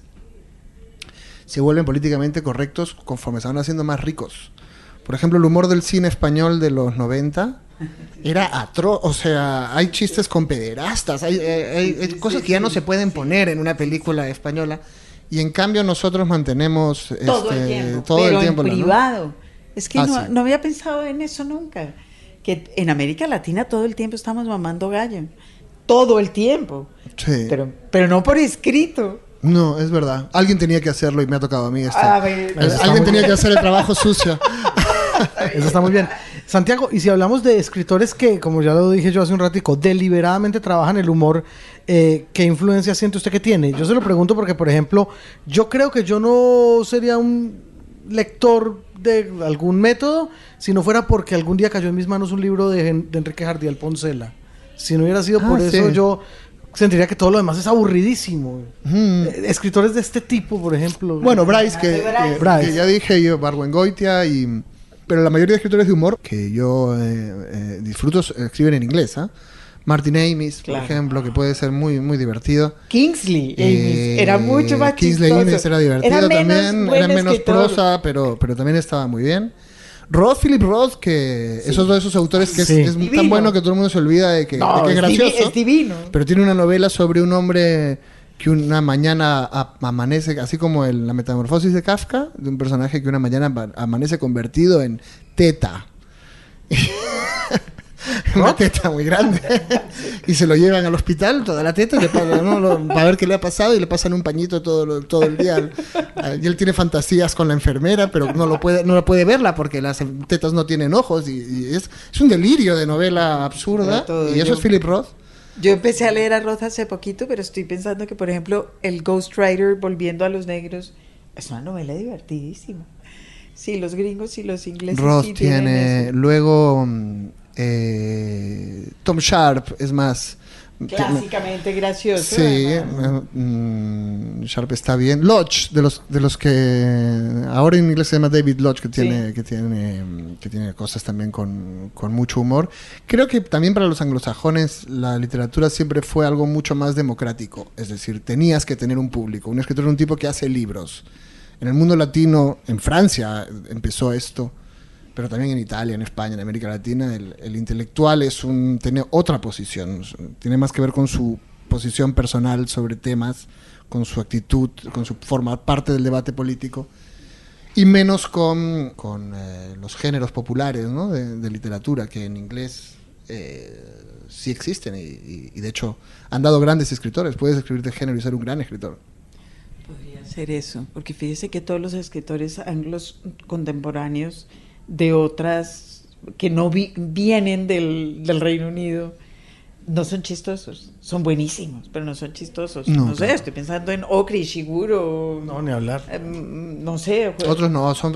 se vuelven políticamente correctos conforme se van haciendo más ricos. Por ejemplo, el humor del cine español de los 90 era atroz. O sea, hay chistes con pederastas, hay cosas que ya no se pueden poner en una película española. Y en cambio nosotros mantenemos Todo el tiempo, todo pero el tiempo, en ¿no? privado. Es que Sí. no había pensado en eso nunca. Que en América Latina todo el tiempo estamos mamando gallo. Todo el tiempo. Sí. Pero no por escrito. No, es verdad. Alguien tenía que hacerlo y me ha tocado a mí. A ver, Eso está Alguien muy tenía bien. que hacer el trabajo sucio. Eso está muy bien. Santiago, y si hablamos de escritores que, como ya lo dije yo hace un ratico, deliberadamente trabajan el humor, ¿qué influencia siente usted que tiene? Yo se lo pregunto porque, por ejemplo, yo creo que yo no sería un lector de algún método si no fuera porque algún día cayó en mis manos un libro de Enrique Jardiel Poncela. Si no hubiera sido por eso, sí. yo sentiría que todo lo demás es aburridísimo. Mm. Escritores de este tipo, por ejemplo. Bueno, Bryce, Bryce. que ya dije yo, Barwengoitia, pero la mayoría de escritores de humor que yo disfruto escriben en inglés, ¿ah? Martin Amis, Claro. por ejemplo, que puede ser muy, muy divertido. Kingsley Amis era mucho más Kingsley chistoso. Amis era divertido Era menos también, buen era menos escritor. prosa, pero también estaba muy bien. Philip Roth, que esos dos esos autores que Sí. es tan Divino. bueno que todo el mundo se olvida de que es gracioso. Es divino. Pero tiene una novela sobre un hombre que una mañana amanece, así como la metamorfosis de Kafka, de un personaje que una mañana amanece convertido en teta. Una teta muy grande. Y se lo llevan al hospital, toda la teta, para ver qué le ha pasado, y le pasan un pañito todo el día. Y él tiene fantasías con la enfermera, pero no la puede verla porque las tetas no tienen ojos. Y es un delirio de novela absurda. Y eso es Philip Roth. Yo empecé a leer a Roth hace poquito, pero estoy pensando que, por ejemplo, el Ghostwriter, Volviendo a los Negros, es una novela divertidísima. Sí, los gringos y los ingleses Ross sí tienen tiene... eso. Luego Tom Sharp es más... Clásicamente gracioso. Sí, además. Sharp está bien. Lodge, de los que ahora en inglés se llama David Lodge, que tiene cosas también con mucho humor. Creo que también para los anglosajones la literatura siempre fue algo mucho más democrático. Es decir, tenías que tener un público. Un escritor es un tipo que hace libros. En el mundo latino, en Francia empezó esto, pero también en Italia, en España, en América Latina, el intelectual tiene otra posición, tiene más que ver con su posición personal sobre temas, con su actitud, con su formar parte del debate político, y menos con los géneros populares, ¿no? de literatura, que en inglés sí existen, y de hecho han dado grandes escritores. Puedes escribir de género y ser un gran escritor. Podría ser eso, porque fíjese que todos los escritores anglos contemporáneos de otras que no vienen del Reino Unido no son chistosos, son buenísimos, pero no son chistosos. No sé, estoy pensando en Okri, Shiguro. No, ni hablar. No sé. Otros no, son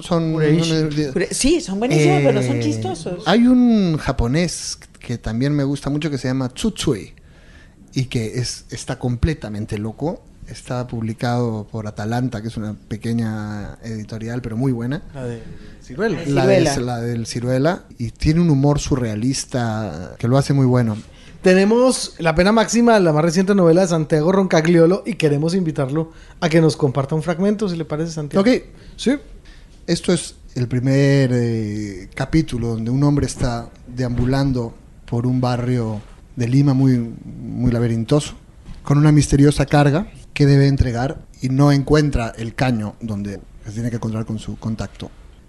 sí, son buenísimos, pero no son chistosos. Hay un japonés que también me gusta mucho que se llama Tsutsui y que está completamente loco. Está publicado por Atalanta, que es una pequeña editorial, pero muy buena. La de Ciruela. La del Ciruela. Y tiene un humor surrealista que lo hace muy bueno. Tenemos La pena máxima, la más reciente novela de Santiago Roncagliolo, y queremos invitarlo a que nos comparta un fragmento, si le parece, Santiago. Ok. Sí. Esto es el primer capítulo donde un hombre está deambulando por un barrio de Lima muy, muy laberintoso, con una misteriosa carga que debe entregar y no encuentra el caño donde se tiene que encontrar con su contacto.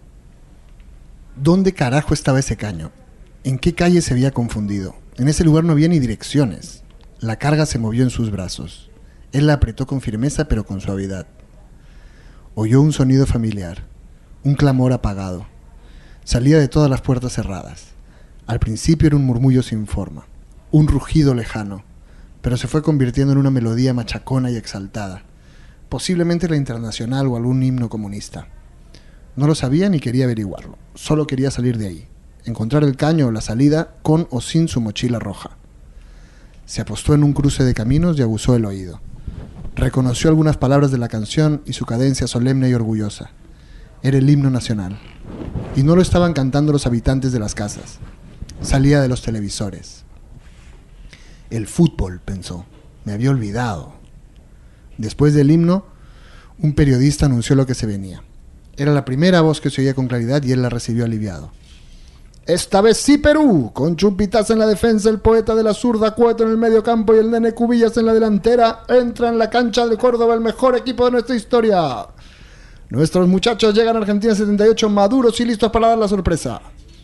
¿Dónde carajo estaba ese caño? ¿En qué calle se había confundido? En ese lugar no había ni direcciones. La carga se movió en sus brazos. Él la apretó con firmeza pero con suavidad. Oyó un sonido familiar, un clamor apagado. Salía de todas las puertas cerradas. Al principio era un murmullo sin forma, un rugido lejano, pero se fue convirtiendo en una melodía machacona y exaltada, posiblemente la Internacional o algún himno comunista. No lo sabía ni quería averiguarlo, solo quería salir de ahí, encontrar el caño o la salida con o sin su mochila roja. Se apostó en un cruce de caminos y aguzó el oído. Reconoció algunas palabras de la canción y su cadencia solemne y orgullosa. Era el himno nacional, y no lo estaban cantando los habitantes de las casas, salía de los televisores. El fútbol, pensó, me había olvidado. Después del himno, un periodista anunció lo que se venía. Era la primera voz que se oía con claridad y él la recibió aliviado. Esta vez sí Perú, con Chumpitaz en la defensa, el poeta de la zurda, Cueto en el medio campo y el nene Cubillas en la delantera, entra en la cancha de Córdoba el mejor equipo de nuestra historia. Nuestros muchachos llegan a Argentina 78 maduros y listos para dar la sorpresa.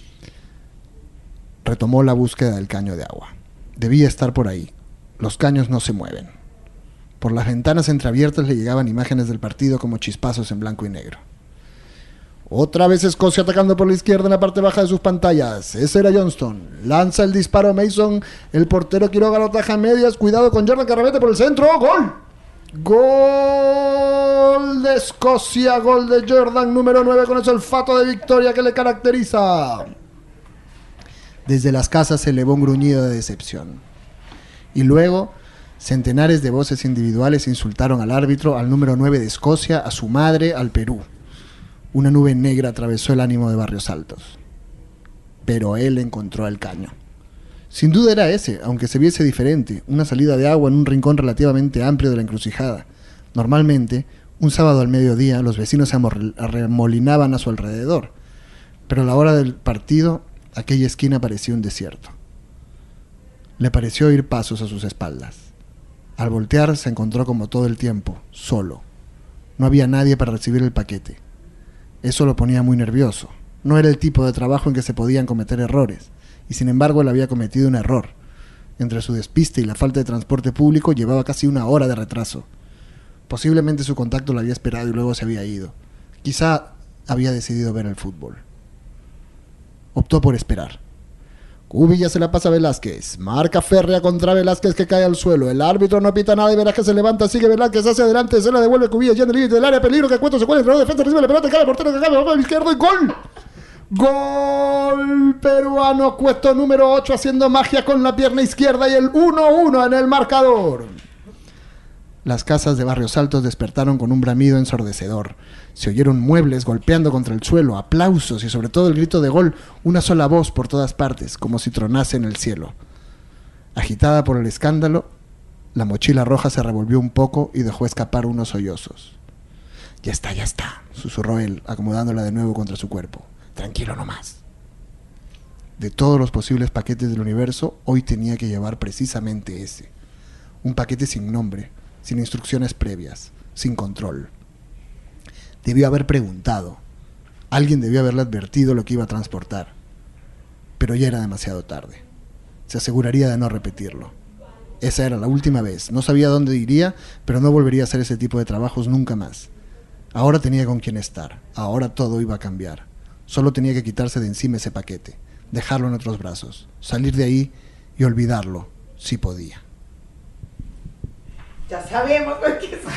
Retomó la búsqueda del caño de agua. Debía estar por ahí. Los caños no se mueven. Por las ventanas entreabiertas le llegaban imágenes del partido como chispazos en blanco y negro. Otra vez Escocia atacando por la izquierda en la parte baja de sus pantallas. Ese era Johnston. Lanza el disparo Mason. El portero Quiroga lo ataja a medias. Cuidado con Jordan Carrabete por el centro. ¡Gol! Gol de Escocia. Gol de Jordan, número 9, con ese olfato de victoria que le caracteriza. Desde las casas se elevó un gruñido de decepción. Y luego, centenares de voces individuales insultaron al árbitro, al número 9 de Escocia, a su madre, al Perú. Una nube negra atravesó el ánimo de Barrios Altos. Pero él encontró el caño. Sin duda era ese, aunque se viese diferente, una salida de agua en un rincón relativamente amplio de la encrucijada. Normalmente, un sábado al mediodía, los vecinos se arremolinaban a su alrededor. Pero a la hora del partido, aquella esquina parecía un desierto. Le pareció oír pasos a sus espaldas. Al voltear se encontró como todo el tiempo, solo. No había nadie para recibir el paquete. Eso lo ponía muy nervioso. No era el tipo de trabajo en que se podían cometer errores, y sin embargo él había cometido un error. Entre su despiste y la falta de transporte público llevaba casi 1 hora de retraso. Posiblemente su contacto lo había esperado y luego se había ido. Quizá había decidido ver el fútbol. Optó por esperar. Cubilla se la pasa a Velázquez. Marca férrea contra Velázquez que cae al suelo. El árbitro no pita nada y Velázquez se levanta. Sigue Velázquez hacia adelante. Se la devuelve Cubilla ya en el límite del área. Peligro que Cueto se cuelga. El defensa recibe la pelota. Cae el portero que cae. Va al izquierdo y ¡gol! Gol peruano. Cueto número 8 haciendo magia con la pierna izquierda y el 1-1 en el marcador. Las casas de Barrios Altos despertaron con un bramido ensordecedor. Se oyeron muebles golpeando contra el suelo, aplausos y sobre todo el grito de gol, una sola voz por todas partes, como si tronase en el cielo. Agitada por el escándalo, la mochila roja se revolvió un poco y dejó escapar unos sollozos. Ya está, susurró él, acomodándola de nuevo contra su cuerpo. Tranquilo nomás. De todos los posibles paquetes del universo, hoy tenía que llevar precisamente ese. Un paquete sin nombre, sin instrucciones previas, sin control. Debió haber preguntado. Alguien debió haberle advertido lo que iba a transportar. Pero ya era demasiado tarde. Se aseguraría de no repetirlo. Esa era la última vez. No sabía dónde iría, pero no volvería a hacer ese tipo de trabajos nunca más. Ahora tenía con quién estar. Ahora todo iba a cambiar. Solo tenía que quitarse de encima ese paquete, dejarlo en otros brazos, salir de ahí y olvidarlo, si podía. Ya sabemos lo que es.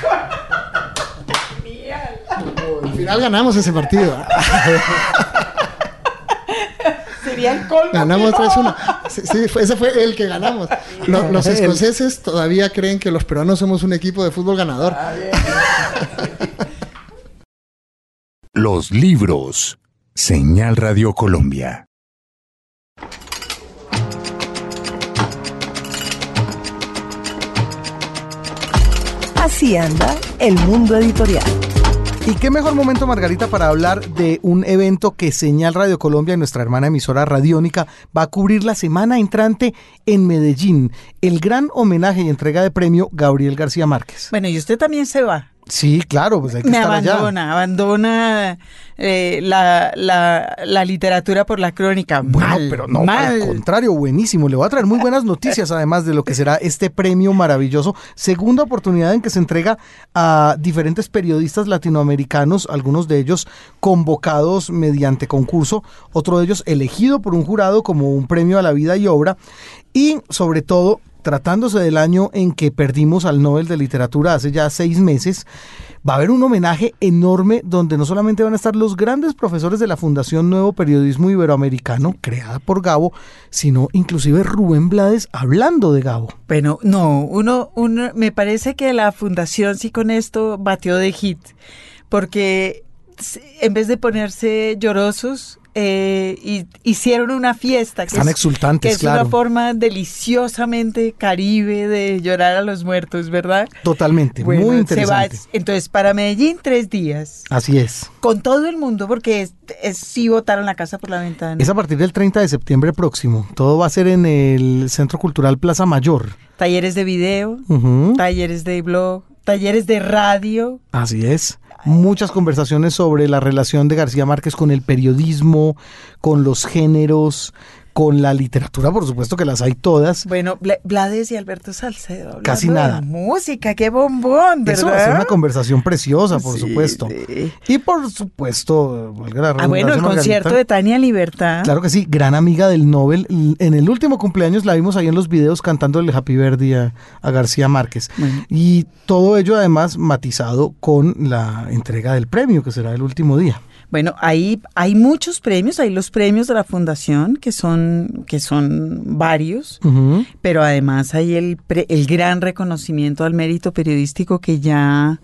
Al final ganamos ese partido. Sería el colmo. Ganamos 3-1. Sí, ese fue el que ganamos. Los escoceses todavía creen que los peruanos somos un equipo de fútbol ganador. Los libros. Señal Radio Colombia. Así anda el mundo editorial. Y qué mejor momento, Margarita, para hablar de un evento que Señal Radio Colombia, nuestra hermana emisora radiónica, va a cubrir la semana entrante en Medellín. El gran homenaje y entrega de premio Gabriel García Márquez. Bueno, y usted también se va. Sí, claro, pues hay que estar allá. Abandona la literatura por la crónica. Bueno, Mal, pero no, mal. al contrario, buenísimo. Le voy a traer muy buenas noticias, además de lo que será este premio maravilloso. Segunda oportunidad en que se entrega a diferentes periodistas latinoamericanos, algunos de ellos convocados mediante concurso, otro de ellos elegido por un jurado como un premio a la vida y obra, y sobre todo, tratándose del año en que perdimos al Nobel de Literatura hace ya 6 meses, va a haber un homenaje enorme donde no solamente van a estar los grandes profesores de la Fundación Nuevo Periodismo Iberoamericano, creada por Gabo, sino inclusive Rubén Blades hablando de Gabo. Bueno, no, uno me parece que la Fundación sí con esto batió de hit, porque en vez de ponerse llorosos, hicieron una fiesta Están exultantes, que es claro. una forma deliciosamente caribe de llorar a los muertos, ¿verdad? Totalmente, Bueno, muy interesante. Entonces, para Medellín, 3 días. Así es. Con todo el mundo, porque sí botaron la casa por la ventana. Es a partir del 30 de septiembre próximo. Todo va a ser en el Centro Cultural Plaza Mayor. Talleres de video, talleres de blog, talleres de radio. Así es. Muchas conversaciones sobre la relación de García Márquez con el periodismo, con los géneros, con la literatura, por supuesto que las hay todas. Bueno, Blades y Alberto Salcedo. Casi nada. Música, qué bombón, ¿verdad? Eso va a ser una conversación preciosa, por Sí, supuesto. sí. Y por supuesto, valga la redundancia, Bueno, el Margarita, concierto de Tania Libertad. Claro que sí, gran amiga del Nobel. En el último cumpleaños la vimos ahí en los videos cantando el Happy Birthday a García Márquez. Bueno. Y todo ello además matizado con la entrega del premio, que será el último día. Bueno, ahí hay muchos premios, hay los premios de la Fundación, que son varios, pero además hay el gran reconocimiento al mérito periodístico que ya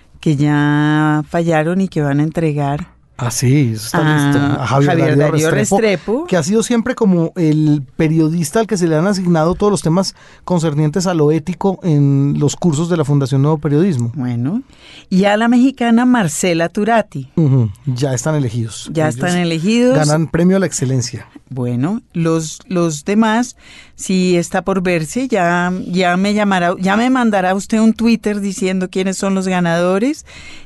fallaron y que van a entregar. Ah, sí, eso está listo. A Javier Darío Restrepo, que ha sido siempre como el periodista al que se le han asignado todos los temas concernientes a lo ético en los cursos de la Fundación Nuevo Periodismo. Bueno, y a la mexicana Marcela Turati. Ya están elegidos. Ya están elegidos. Ganan premio a la excelencia. Bueno, los demás, si está por verse, ya me mandará usted un Twitter diciendo quiénes son los ganadores.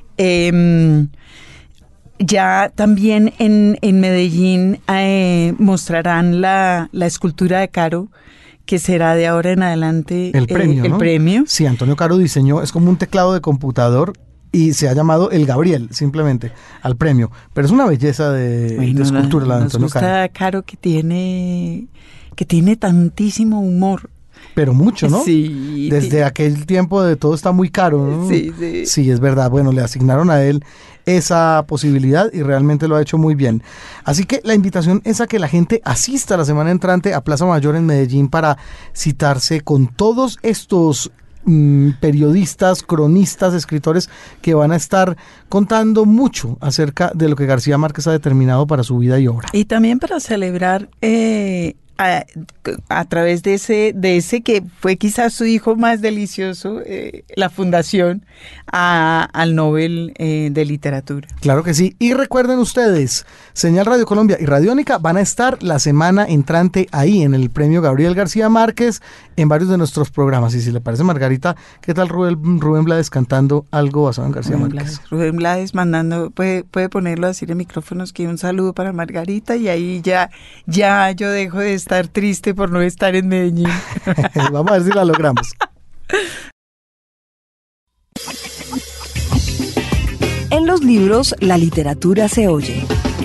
Ya también en Medellín mostrarán la escultura de Caro, que será de ahora en adelante el premio, el ¿no? premio. Sí, Antonio Caro diseñó, es como un teclado de computador y se ha llamado el Gabriel, simplemente, al premio. Pero es una belleza de escultura la de nos Antonio gusta Caro. Caro, que tiene que tiene tantísimo humor. Pero mucho, ¿no? Sí. Desde aquel tiempo de todo está muy caro, ¿no? Sí, sí. Sí, es verdad. Bueno, le asignaron a él esa posibilidad y realmente lo ha hecho muy bien. Así que la invitación es a que la gente asista la semana entrante a Plaza Mayor en Medellín para citarse con todos estos periodistas, cronistas, escritores que van a estar contando mucho acerca de lo que García Márquez ha determinado para su vida y obra. Y también para celebrar a través de ese que fue quizás su hijo más delicioso, la fundación al Nobel de Literatura. Claro que sí. Y recuerden ustedes, Señal Radio Colombia y Radiónica van a estar la semana entrante ahí en el premio Gabriel García Márquez en varios de nuestros programas. Y si le parece, Margarita, ¿qué tal Rubén Blades cantando algo basado en García Márquez? Rubén Blades mandando, puede ponerlo así en micrófonos, que un saludo para Margarita, y ahí ya yo dejo de estar triste por no estar en Medellín. Vamos a ver si la logramos. En los libros, la literatura se oye.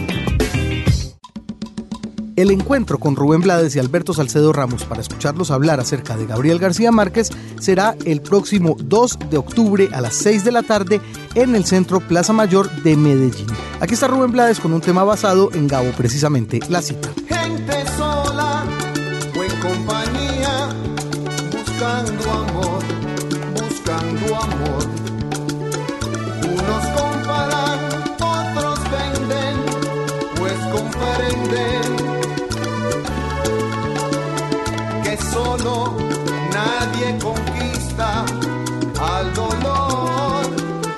El encuentro con Rubén Blades y Alberto Salcedo Ramos para escucharlos hablar acerca de Gabriel García Márquez será el próximo 2 de octubre a las 6 de la tarde en el Centro Plaza Mayor de Medellín. Aquí está Rubén Blades con un tema basado en Gabo, precisamente, La Cita. Gente sola o en compañía, buscando amor, buscando amor. Unos comparan, otros venden, pues comprenden que solo nadie conquista al dolor.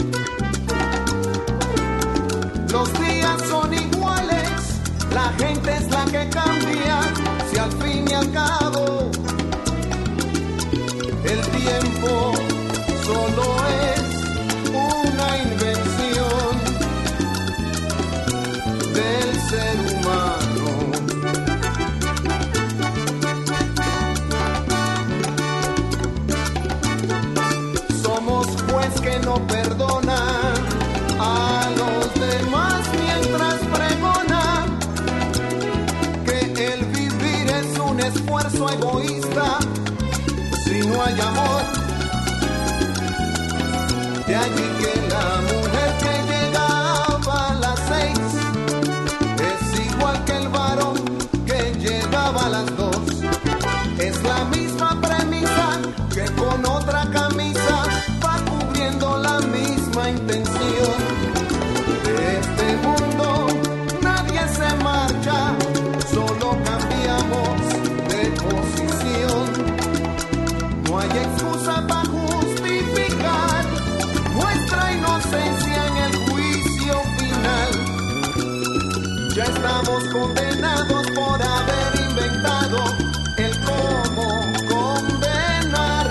Los días son iguales, la gente es la que cambia, si al fin y al cabo el tiempo solo es una invención del ser humano. Somos juez que no perdona a los demás mientras pregona que el vivir es un esfuerzo egoísta si no hay amor. De allí que la mujer que llegaba a las 6 es igual que el varón que llegaba a las 2. Es la misma premisa que con otra camisa va cubriendo la misma intención. De este mundo nadie se marcha, solo cambiamos de posición. No hay excusa para justificar nuestra inocencia en el juicio final. Ya estamos condenados por haber inventado el cómo condenar.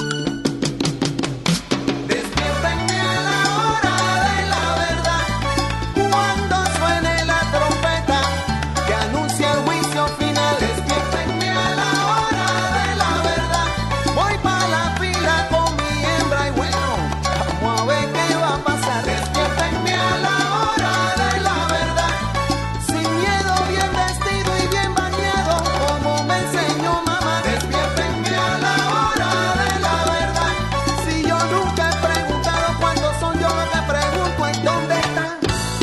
Despiértenme a la hora de la verdad, cuando suene la trompeta que anuncia el juicio final. Despiértenme a la hora de la verdad, voy pa' la fila con mi hembra y bueno, vamos a ver qué va a pasar. Despiértenme a la hora de la verdad, sin miedo, bien vestido y bien bañado, como me enseñó mamá. Despiértenme a la hora de la verdad, si yo nunca he preguntado cuántos son, yo lo que pregunto es dónde están.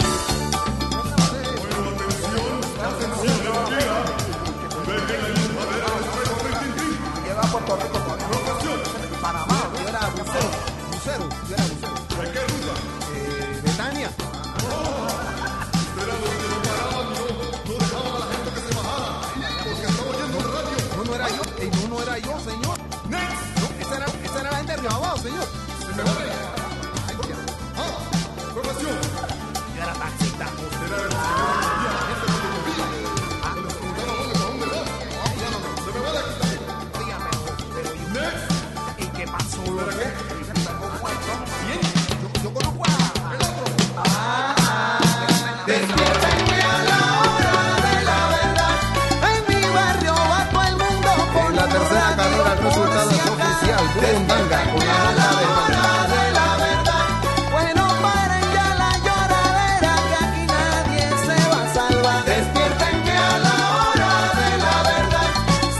Lleva a Puerto Rico, Panamá, yo era bucero. ¿En qué ruta? Betania. No era yo, no era yo, señor. No, esa era la gente de abajo, señor. Ay, ya. Profesión. Yo era taxista. ¿Y qué pasó? Bien, yo conozco a el otro. Despiértenme a la hora de la verdad. En mi barrio va todo el mundo con la tercera carrera. El resultado es oficial. Burundanga con la nota de hora de la verdad. Bueno, paren ya la lloradera, que aquí nadie se va a salvar. Despiértenme a la hora de la verdad.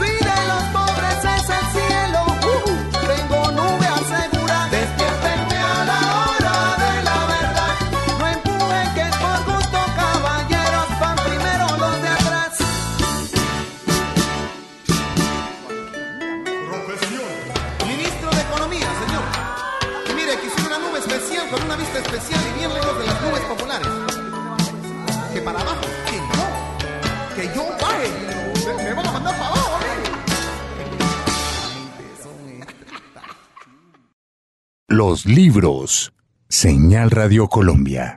este especial y miembros de las nubes populares. Que para abajo, que yo baje. Me van a mandar para abajo, Los libros. Señal Radio Colombia.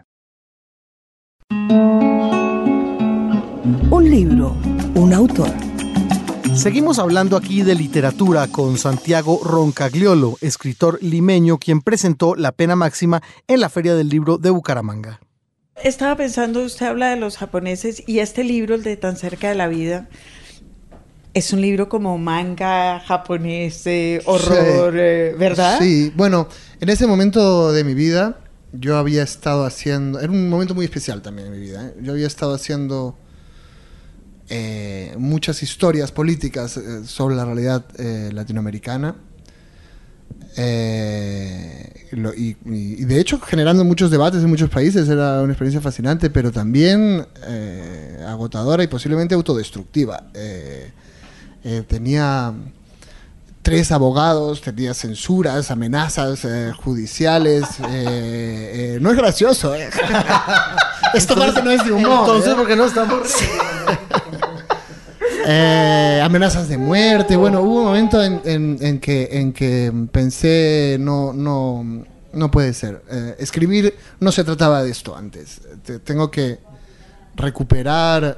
Un libro, un autor. Seguimos hablando aquí de literatura con Santiago Roncagliolo, escritor limeño, quien presentó La pena máxima en la Feria del Libro de Bucaramanga. Estaba pensando, usted habla de los japoneses y este libro, el de Tan cerca de la vida, es un libro como manga japonés, horror, Sí. ¿verdad? Sí, bueno, en ese momento de mi vida yo había estado haciendo, era un momento muy especial también en mi vida, yo había estado haciendo muchas historias políticas sobre la realidad latinoamericana y de hecho generando muchos debates en muchos países. Era una experiencia fascinante, pero también agotadora y posiblemente autodestructiva. Tenía 3 abogados, tenía censuras, amenazas judiciales. No es gracioso. Esta parte no es de humor. Entonces, ¿por qué no estamos? Amenazas de muerte. Bueno, hubo un momento en que pensé, no puede ser. Escribir no se trataba de esto antes. Tengo que recuperar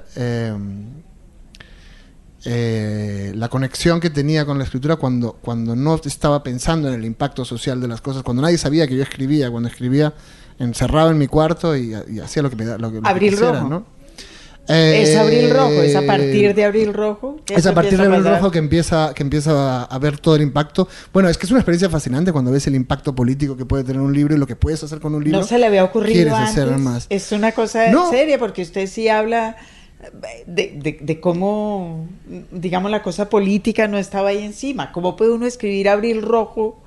la conexión que tenía con la escritura cuando no estaba pensando en el impacto social de las cosas, cuando nadie sabía que yo escribía, cuando escribía encerrado en mi cuarto y hacía lo que me da lo que Abril quisiera, Rojo. ¿no? Es Abril Rojo, es a partir de Abril Rojo. Es a partir de Abril Rojo que empieza a ver todo el impacto. Bueno, es que es una experiencia fascinante cuando ves el impacto político que puede tener un libro y lo que puedes hacer con un libro. No se le había ocurrido quieres antes. hacer más. Es una cosa No. seria, porque usted sí habla de cómo, digamos, la cosa política no estaba ahí encima. ¿Cómo puede uno escribir Abril Rojo?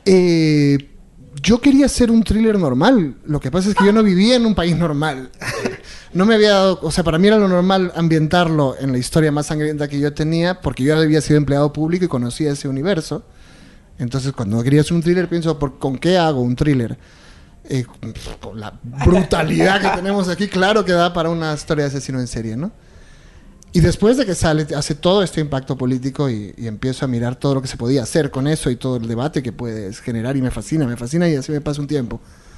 Yo quería hacer un thriller normal. Lo que pasa es que yo no vivía en un país normal. No me había dado, o sea, para mí era lo normal ambientarlo en la historia más sangrienta que yo tenía, porque yo había sido empleado público y conocía ese universo. Entonces, cuando quería hacer un thriller, pienso, ¿con qué hago un thriller? Con la brutalidad que tenemos aquí, claro que da para una historia de asesino en serie, ¿no? Y después de que sale, hace todo este impacto político y empiezo a mirar todo lo que se podía hacer con eso y todo el debate que puedes generar, y me fascina y así me pasa un tiempo.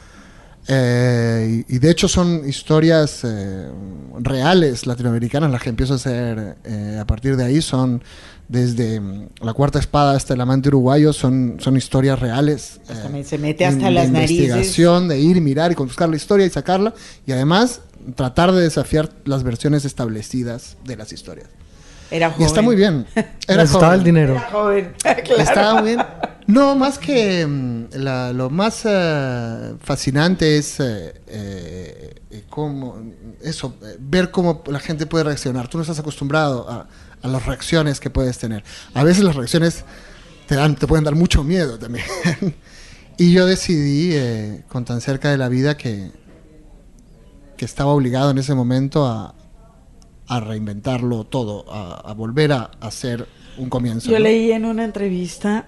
Y de hecho son historias reales latinoamericanas las que empiezo a hacer a partir de ahí. Son desde La Cuarta Espada hasta El Amante Uruguayo, son historias reales. También se mete hasta las narices. Investigación, de ir, mirar y buscar la historia y sacarla, y además tratar de desafiar las versiones establecidas de las historias. Era joven. Y está muy bien. Necesitaba el dinero. Era joven, claro. Estaba muy bien. No, más que lo más fascinante es ver cómo la gente puede reaccionar. Tú no estás acostumbrado a las reacciones que puedes tener. A veces las reacciones te pueden dar mucho miedo también. Y yo decidí, con Tan cerca de la vida, que estaba obligado en ese momento a reinventarlo todo, a volver a hacer un comienzo. Yo ¿no? leí en una entrevista,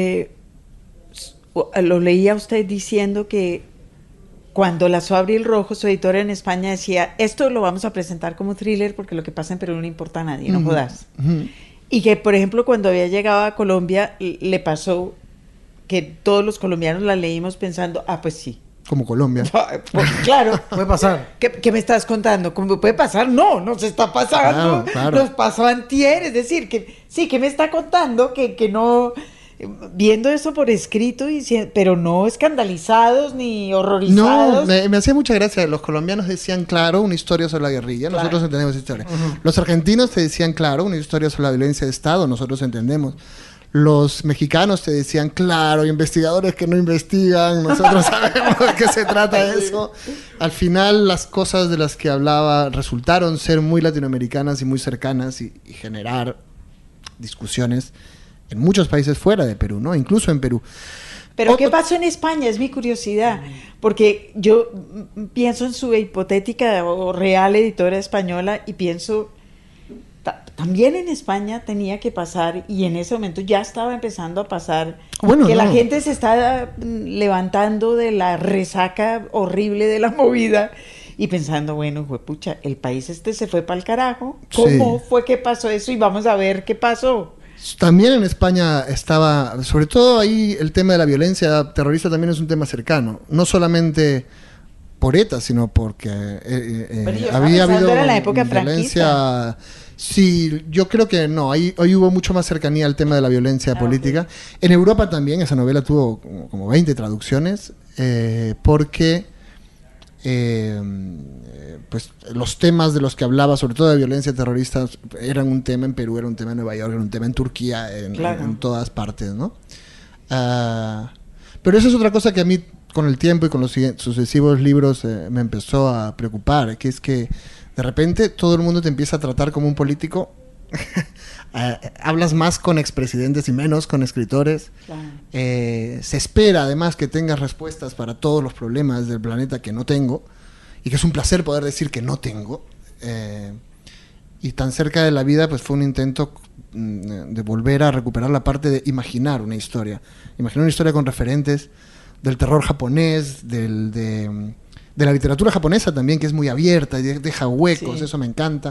lo leí a usted diciendo que cuando lanzó Abril Rojo, su editora en España decía, esto lo vamos a presentar como thriller porque lo que pasa en Perú no importa a nadie, no jodas. Y que, por ejemplo, cuando había llegado a Colombia, le pasó que todos los colombianos la leímos pensando, pues sí. Como Colombia. Pues, claro. Puede pasar. ¿Qué me estás contando? ¿Cómo puede pasar? No se está pasando. Claro. Nos pasó antier, es decir, que sí, que me está contando que no, viendo eso por escrito, pero no escandalizados ni No, horrorizados. me hacía mucha gracia. Los colombianos decían, claro, una historia sobre la guerrilla. Claro. Nosotros entendemos esa historia. Los argentinos te decían, claro, una historia sobre la violencia de Estado. Nosotros entendemos. Los mexicanos te decían, claro, investigadores que no investigan, nosotros sabemos de qué se trata eso. Al final, las cosas de las que hablaba resultaron ser muy latinoamericanas y muy cercanas y generar discusiones en muchos países fuera de Perú, ¿no? Incluso en Perú. Pero ¿qué pasó en España? Es mi curiosidad, porque yo pienso en su hipotética o real editora española y pienso, también en España tenía que pasar, y en ese momento ya estaba empezando a pasar, Bueno, que la no. gente se está levantando de la resaca horrible de la movida y pensando, bueno, pucha, el país este se fue para el carajo. ¿Cómo Sí. fue que pasó eso? Y vamos a ver qué pasó. También en España estaba, sobre todo ahí, el tema de la violencia terrorista también es un tema cercano. No solamente por ETA, sino porque Pero yo estaba había pensando, habido era la época violencia. Sí, yo creo que no. Ahí hubo mucho más cercanía al tema de la violencia política. ok. En Europa también esa novela tuvo como 20 traducciones, porque pues los temas de los que hablaba, sobre todo de violencia terrorista, eran un tema en Perú, era un tema en Nueva York, era un tema en Turquía, Claro. en todas partes, ¿no? Pero eso es otra cosa que a mí, con el tiempo y con los sucesivos libros, me empezó a preocupar, que es que de repente todo el mundo te empieza a tratar como un político. Hablas más con expresidentes y menos con escritores. Claro. Se espera además que tengas respuestas para todos los problemas del planeta que no tengo, y que es un placer poder decir que no tengo. Y tan cerca de la vida, pues fue un intento de volver a recuperar la parte de imaginar una historia con referentes del terror japonés, de la literatura japonesa también, que es muy abierta y deja huecos. Sí. Eso me encanta.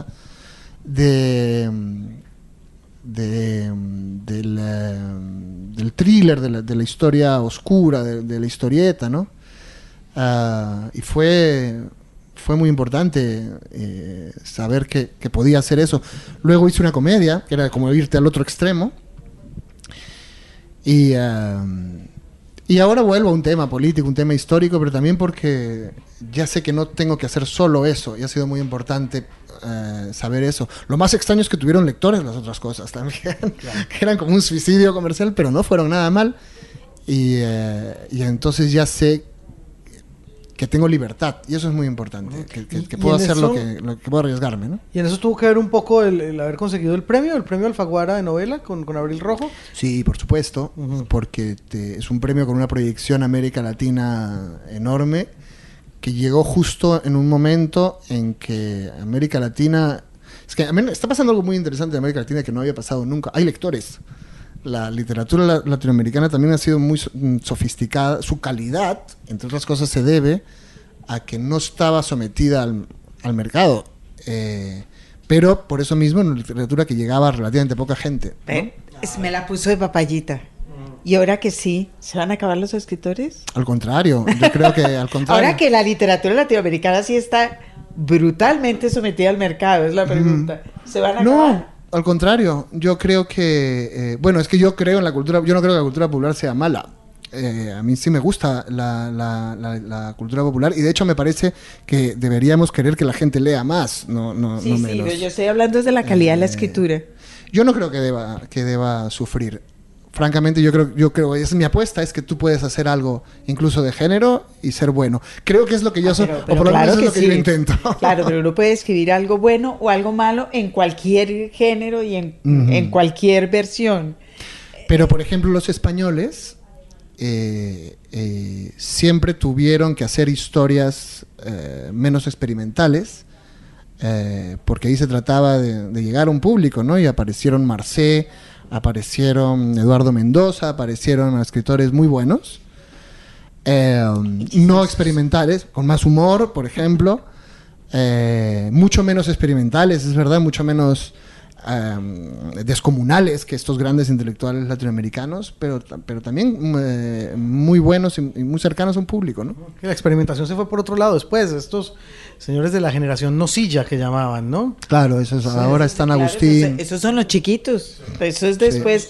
Del thriller, de la historia oscura, de la historieta, ¿no? Y fue muy importante saber que podía hacer eso. Luego hice una comedia, que era como irte al otro extremo. Y ahora vuelvo a un tema político, un tema histórico, pero también porque ya sé que no tengo que hacer solo eso, y ha sido muy importante saber eso. Lo más extraño es que tuvieron lectores las otras cosas también, que eran como un suicidio comercial, pero no fueron nada mal. Y entonces ya sé que tengo libertad, y eso es muy importante, que puedo hacer lo que puedo arriesgarme, ¿no? Y en eso tuvo que ver un poco el haber conseguido el premio Alfaguara de novela con Abril Rojo. Sí, por supuesto, porque es un premio con una proyección a América Latina enorme, que llegó justo en un momento en que América Latina... Es que está pasando algo muy interesante en América Latina que no había pasado nunca. Hay lectores. La literatura latinoamericana también ha sido muy sofisticada. Su calidad, entre otras cosas, se debe a que no estaba sometida al mercado. Pero por eso mismo, en una literatura que llegaba a relativamente poca gente, ¿no? Me la puso de papayita. Y ahora que sí, ¿se van a acabar los escritores? Al contrario, yo creo que al contrario. Ahora que la literatura latinoamericana sí está brutalmente sometida al mercado, es la pregunta. ¿Se van a acabar? No, al contrario, yo creo que... bueno, es que yo creo en la cultura... Yo no creo que la cultura popular sea mala. A mí sí me gusta la cultura popular, y de hecho me parece que deberíamos querer que la gente lea más, no Sí, menos. pero yo estoy hablando de la calidad de la escritura. Yo no creo que deba sufrir. Francamente, yo creo, esa es mi apuesta, es que tú puedes hacer algo incluso de género y ser bueno. Creo que es lo que yo soy, Pero o por lo claro menos es lo que yo sí. intento. Claro, pero uno puede escribir algo bueno o algo malo en cualquier género y en cualquier versión. Pero, por ejemplo, los españoles siempre tuvieron que hacer historias menos experimentales, porque ahí se trataba de llegar a un público, ¿no? Y aparecieron Marcé, aparecieron Eduardo Mendoza, aparecieron escritores muy buenos, no experimentales, con más humor, por ejemplo, mucho menos experimentales, es verdad, mucho menos descomunales que estos grandes intelectuales latinoamericanos, pero también muy buenos y muy cercanos a un público, ¿no? Que la experimentación se fue por otro lado después. Estos señores de la generación Nocilla que llamaban, ¿no? Claro, eso es, ahora están Claro, Agustín. esos son los chiquitos. Eso es después.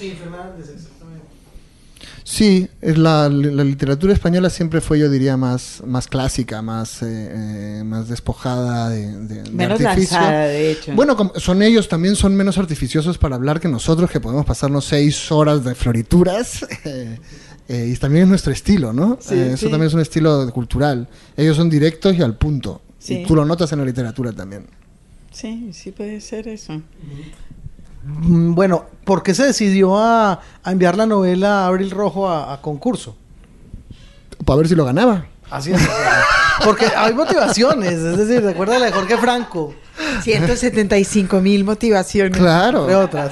Sí, la literatura española siempre fue, yo diría, más clásica, más despojada de Menos artificio. lanzada, de hecho. Bueno, ellos también son menos artificiosos para hablar que nosotros, que podemos pasarnos 6 horas de florituras. Y también es nuestro estilo, ¿no? Sí, Eso sí. también es un estilo cultural. Ellos son directos y al punto. Sí. Y tú lo notas en la literatura también. Sí, sí puede ser eso. Bueno, ¿por qué se decidió a enviar la novela Abril Rojo a concurso? Para ver si lo ganaba. Así es. Porque hay motivaciones, es decir, recuerda la de Jorge Franco. 175.000 motivaciones. Claro. De otras.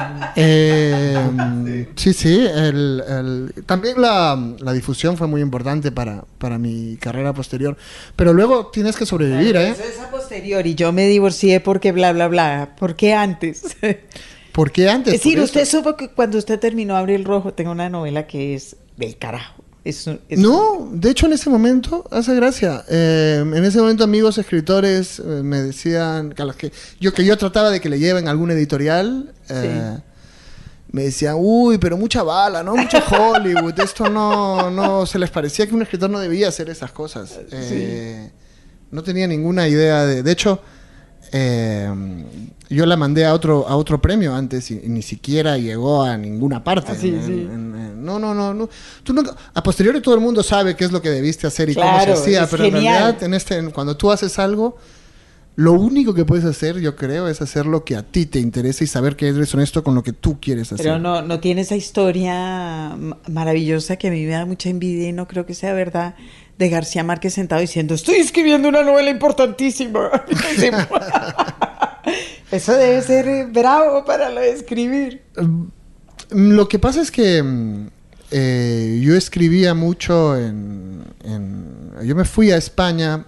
Sí. También la difusión fue muy importante para mi carrera posterior. Pero luego tienes que sobrevivir, ¿eh? Eso es a posteriori. Yo me divorcié porque bla, bla, bla. ¿Por qué antes? ¿Por qué antes? Es decir, Por usted eso. supo que cuando usted terminó Abril Rojo, tengo una novela que es del carajo. No, de hecho en ese momento, hace gracia, en ese momento amigos escritores me decían que yo trataba de que le lleven algún editorial, me decían, uy, pero mucha bala, ¿no? Mucho Hollywood, esto no, se les parecía que un escritor no debía hacer esas cosas. No tenía ninguna idea de hecho, yo la mandé a otro premio antes y ni siquiera llegó a ninguna parte. No. A posteriori todo el mundo sabe qué es lo que debiste hacer y cómo se hacía, pero genial. en realidad cuando tú haces algo, lo único que puedes hacer, yo creo, es hacer lo que a ti te interesa y saber que eres honesto con lo que tú quieres hacer. Pero no tiene esa historia maravillosa que a mí me da mucha envidia y no creo que sea verdad, de García Márquez sentado diciendo, estoy escribiendo una novela importantísima. Eso debe ser bravo para lo de escribir. Lo que pasa es que yo escribía mucho yo me fui a España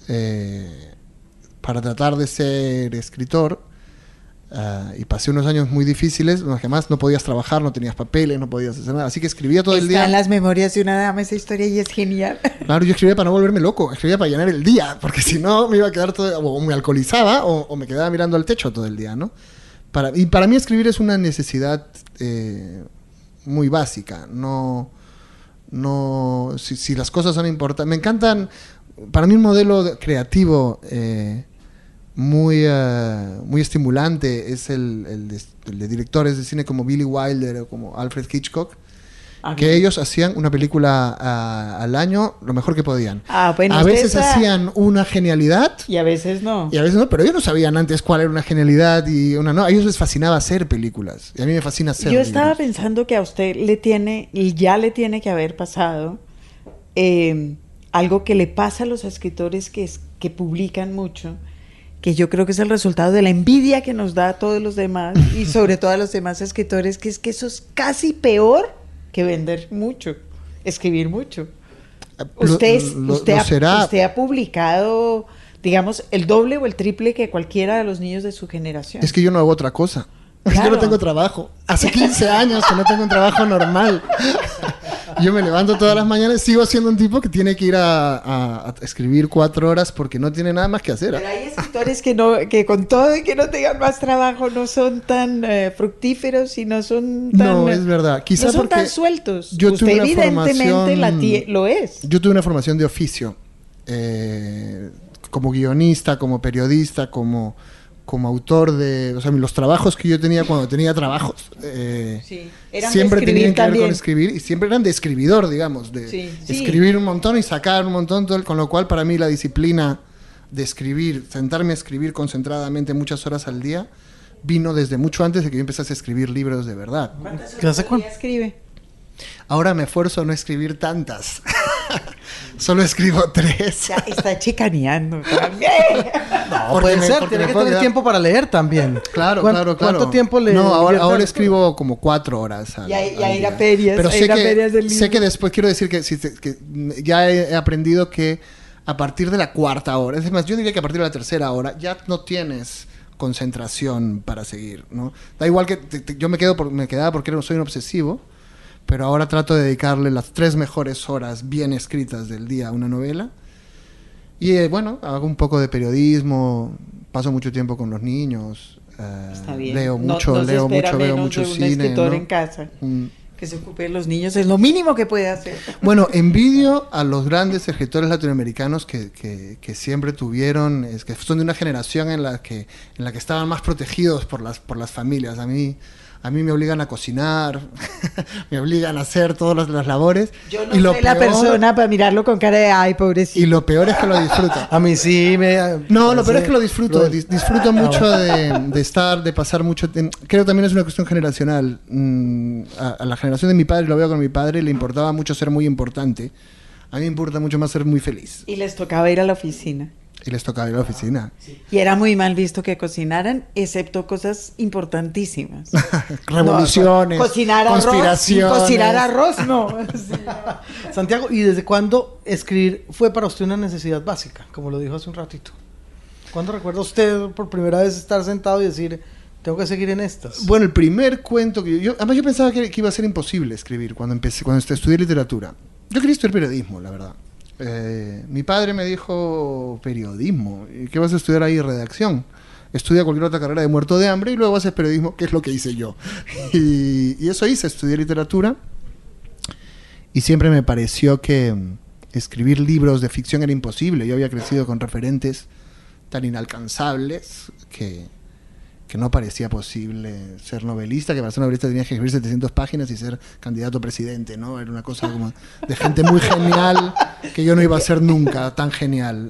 para tratar de ser escritor y pasé unos años muy difíciles en los que más no podías trabajar, no tenías papeles, no podías hacer nada, así que escribía todo el día. Está en las memorias de una dama esa historia y es genial. Claro, yo escribía para no volverme loco, escribía para llenar el día, porque si no me iba a quedar todo, o me alcoholizaba o me quedaba mirando al techo todo el día, ¿no? Para mí escribir es una necesidad muy básica. Si las cosas son importantes, me encantan. Para mí un modelo creativo muy estimulante es el de directores de cine como Billy Wilder o como Alfred Hitchcock, que ellos hacían una película al año lo mejor que podían. Bueno, a veces hacían una genialidad y a veces no. Pero ellos no sabían antes cuál era una genialidad y una no. A ellos les fascinaba hacer películas y a mí me fascina hacer Yo libros. estaba pensando que a usted ya le tiene que haber pasado algo que le pasa a los escritores que publican mucho, que yo creo que es el resultado de la envidia que nos da a todos los demás y sobre todo a los demás escritores, que es que eso es casi peor que vender mucho, escribir mucho. Usted ha publicado, digamos, el doble o el triple que cualquiera de los niños de su generación. Es que yo no hago otra cosa. Es que Claro. yo no tengo trabajo. Hace 15 años que no tengo un trabajo normal. Yo me levanto todas las mañanas, sigo siendo un tipo que tiene que ir a escribir 4 horas porque no tiene nada más que hacer. Pero hay escritores que con todo y que no tengan más trabajo no son tan fructíferos y no son tan... No, es verdad. Quizá no son porque tan sueltos. yo Usted tuve una evidentemente lo es. Yo tuve una formación de oficio. Como guionista, como periodista, como autor de... O sea, los trabajos que yo tenía cuando tenía trabajos siempre tenían que ver con escribir y siempre eran de escribidor, digamos, de escribir un montón y sacar un montón, con lo cual para mí la disciplina de escribir, sentarme a escribir concentradamente muchas horas al día, vino desde mucho antes de que yo empezase a escribir libros de verdad. ¿Cuántas horas al día escribe? Ahora me esfuerzo a no escribir tantas. Solo escribo 3. Ya está chicaneando también. No, puede ser, tiene que tener tiempo para leer también. Claro. ¿Cuánto tiempo le...? No, ahora escribo como 4 horas Y a ir a ferias. Pero ferias del libro. sé que después, quiero decir que ya he aprendido que a partir de la 4ª hora, es más, yo diría que a partir de la 3ª hora, ya no tienes concentración para seguir, ¿no? Da igual que yo me quedaba porque soy un obsesivo, pero ahora trato de dedicarle las 3 mejores horas bien escritas del día a una novela. Y bueno, hago un poco de periodismo, paso mucho tiempo con los niños, Está bien. leo mucho, veo mucho de un cine. escritor ¿no? en casa que se ocupe de los niños es lo mínimo que puede hacer. Bueno, envidio a los grandes escritores latinoamericanos que siempre tuvieron, que son de una generación en la que estaban más protegidos por las familias. A mí me obligan a cocinar, me obligan a hacer todas las labores. Yo no soy la persona para mirarlo con cara de ay, pobrecito. Y lo peor es que lo disfruto. A mí sí me... No, lo peor es que lo disfruto. Disfruto mucho de pasar mucho tiempo. Creo que también es una cuestión generacional. A la generación de mi padre, lo veo con mi padre, le importaba mucho ser muy importante. A mí me importa mucho más ser muy feliz. Y les tocaba ir a la oficina. Y les tocaba ir a la oficina. Y era muy mal visto que cocinaran, excepto cosas importantísimas. Revoluciones, Cocinar conspiraciones. arroz. Cocinar arroz, no. Sí. Santiago, ¿y desde cuándo escribir fue para usted una necesidad básica? Como lo dijo hace un ratito. ¿Cuándo recuerda usted por primera vez estar sentado y decir, tengo que seguir en estas? Bueno, el primer cuento que además yo pensaba que iba a ser imposible escribir cuando estudié literatura. Yo quería estudiar periodismo, la verdad. Mi padre me dijo, periodismo, ¿qué vas a estudiar ahí? Redacción. Estudia cualquier otra carrera de muerto de hambre y luego haces periodismo, que es lo que hice yo. Y eso hice, estudié literatura. Y siempre me pareció que escribir libros de ficción era imposible. Yo había crecido con referentes tan inalcanzables que no parecía posible ser novelista, que para ser novelista tenías que escribir 700 páginas y ser candidato a presidente, ¿no? Era una cosa como de gente muy genial que yo no iba a ser nunca tan genial.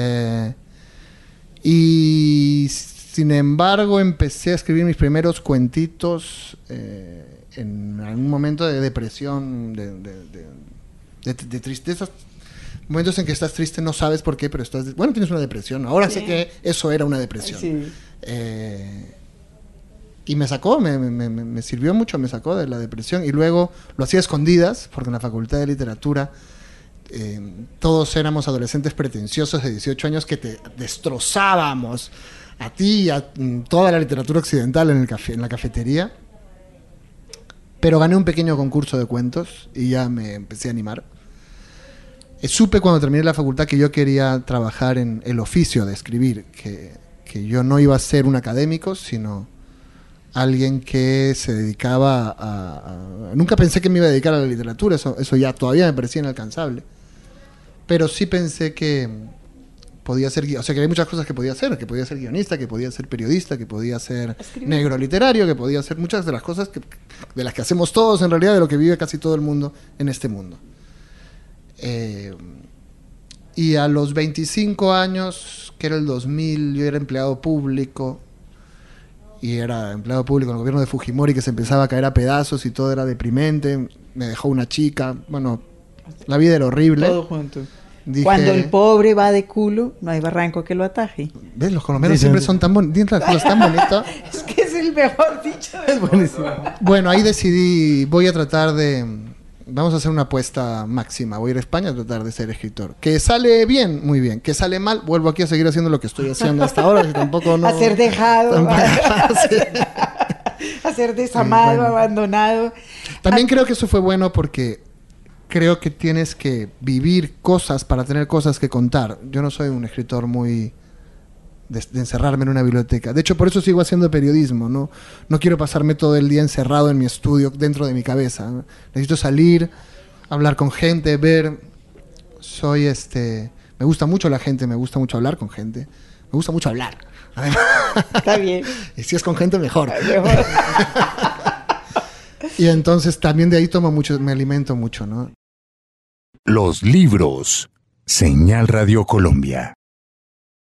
Y sin embargo empecé a escribir mis primeros cuentitos en algún momento de depresión, de tristeza. Momentos en que estás triste, no sabes por qué, pero tienes una depresión. Ahora sé que eso era una depresión. Sí. Y me sacó, me sirvió mucho, me sacó de la depresión. Y luego lo hacía a escondidas, porque en la Facultad de Literatura todos éramos adolescentes pretenciosos de 18 años que te destrozábamos a ti y a toda la literatura occidental en la cafetería. Pero gané un pequeño concurso de cuentos y ya me empecé a animar. Supe cuando terminé la facultad que yo quería trabajar en el oficio de escribir, que yo no iba a ser un académico, sino alguien que se dedicaba nunca pensé que me iba a dedicar a la literatura, eso ya todavía me parecía inalcanzable. Pero sí pensé que podía ser, o sea, que hay muchas cosas que podía hacer, que podía ser guionista, que podía ser periodista, que podía ser negro literario, que podía ser muchas de las cosas de las que hacemos todos, en realidad, de lo que vive casi todo el mundo en este mundo. Y a los 25 años, que era el 2000, yo era empleado público, y era empleado público en el gobierno de Fujimori, que se empezaba a caer a pedazos y todo era deprimente. Me dejó una chica, bueno, la vida era horrible. Todo junto. Dije, cuando el pobre va de culo, no hay barranco que lo ataje. ¿Ves? Los colombianos siempre son tan bonitos. Tan bonito. Es que es el mejor dicho. Es buenísimo. Bueno, ahí decidí, voy a tratar vamos a hacer una apuesta máxima. Voy a ir a España a tratar de ser escritor. Que sale bien, muy bien. Que sale mal, vuelvo aquí a seguir haciendo lo que estoy haciendo hasta ahora. Que tampoco no. A ser dejado. Sí. A ser desamado, bueno. Abandonado. También creo que eso fue bueno porque creo que tienes que vivir cosas para tener cosas que contar. Yo no soy un escritor muy de encerrarme en una biblioteca. De hecho, por eso sigo haciendo periodismo, ¿no? No quiero pasarme todo el día encerrado en mi estudio, dentro de mi cabeza, ¿no? Necesito salir, hablar con gente, ver. Me gusta mucho la gente, me gusta mucho hablar con gente. Me gusta mucho hablar. Además, está bien. Y si es con gente, mejor. Mejor. Y entonces también de ahí tomo mucho, me alimento mucho, ¿no? Los libros. Señal Radio Colombia.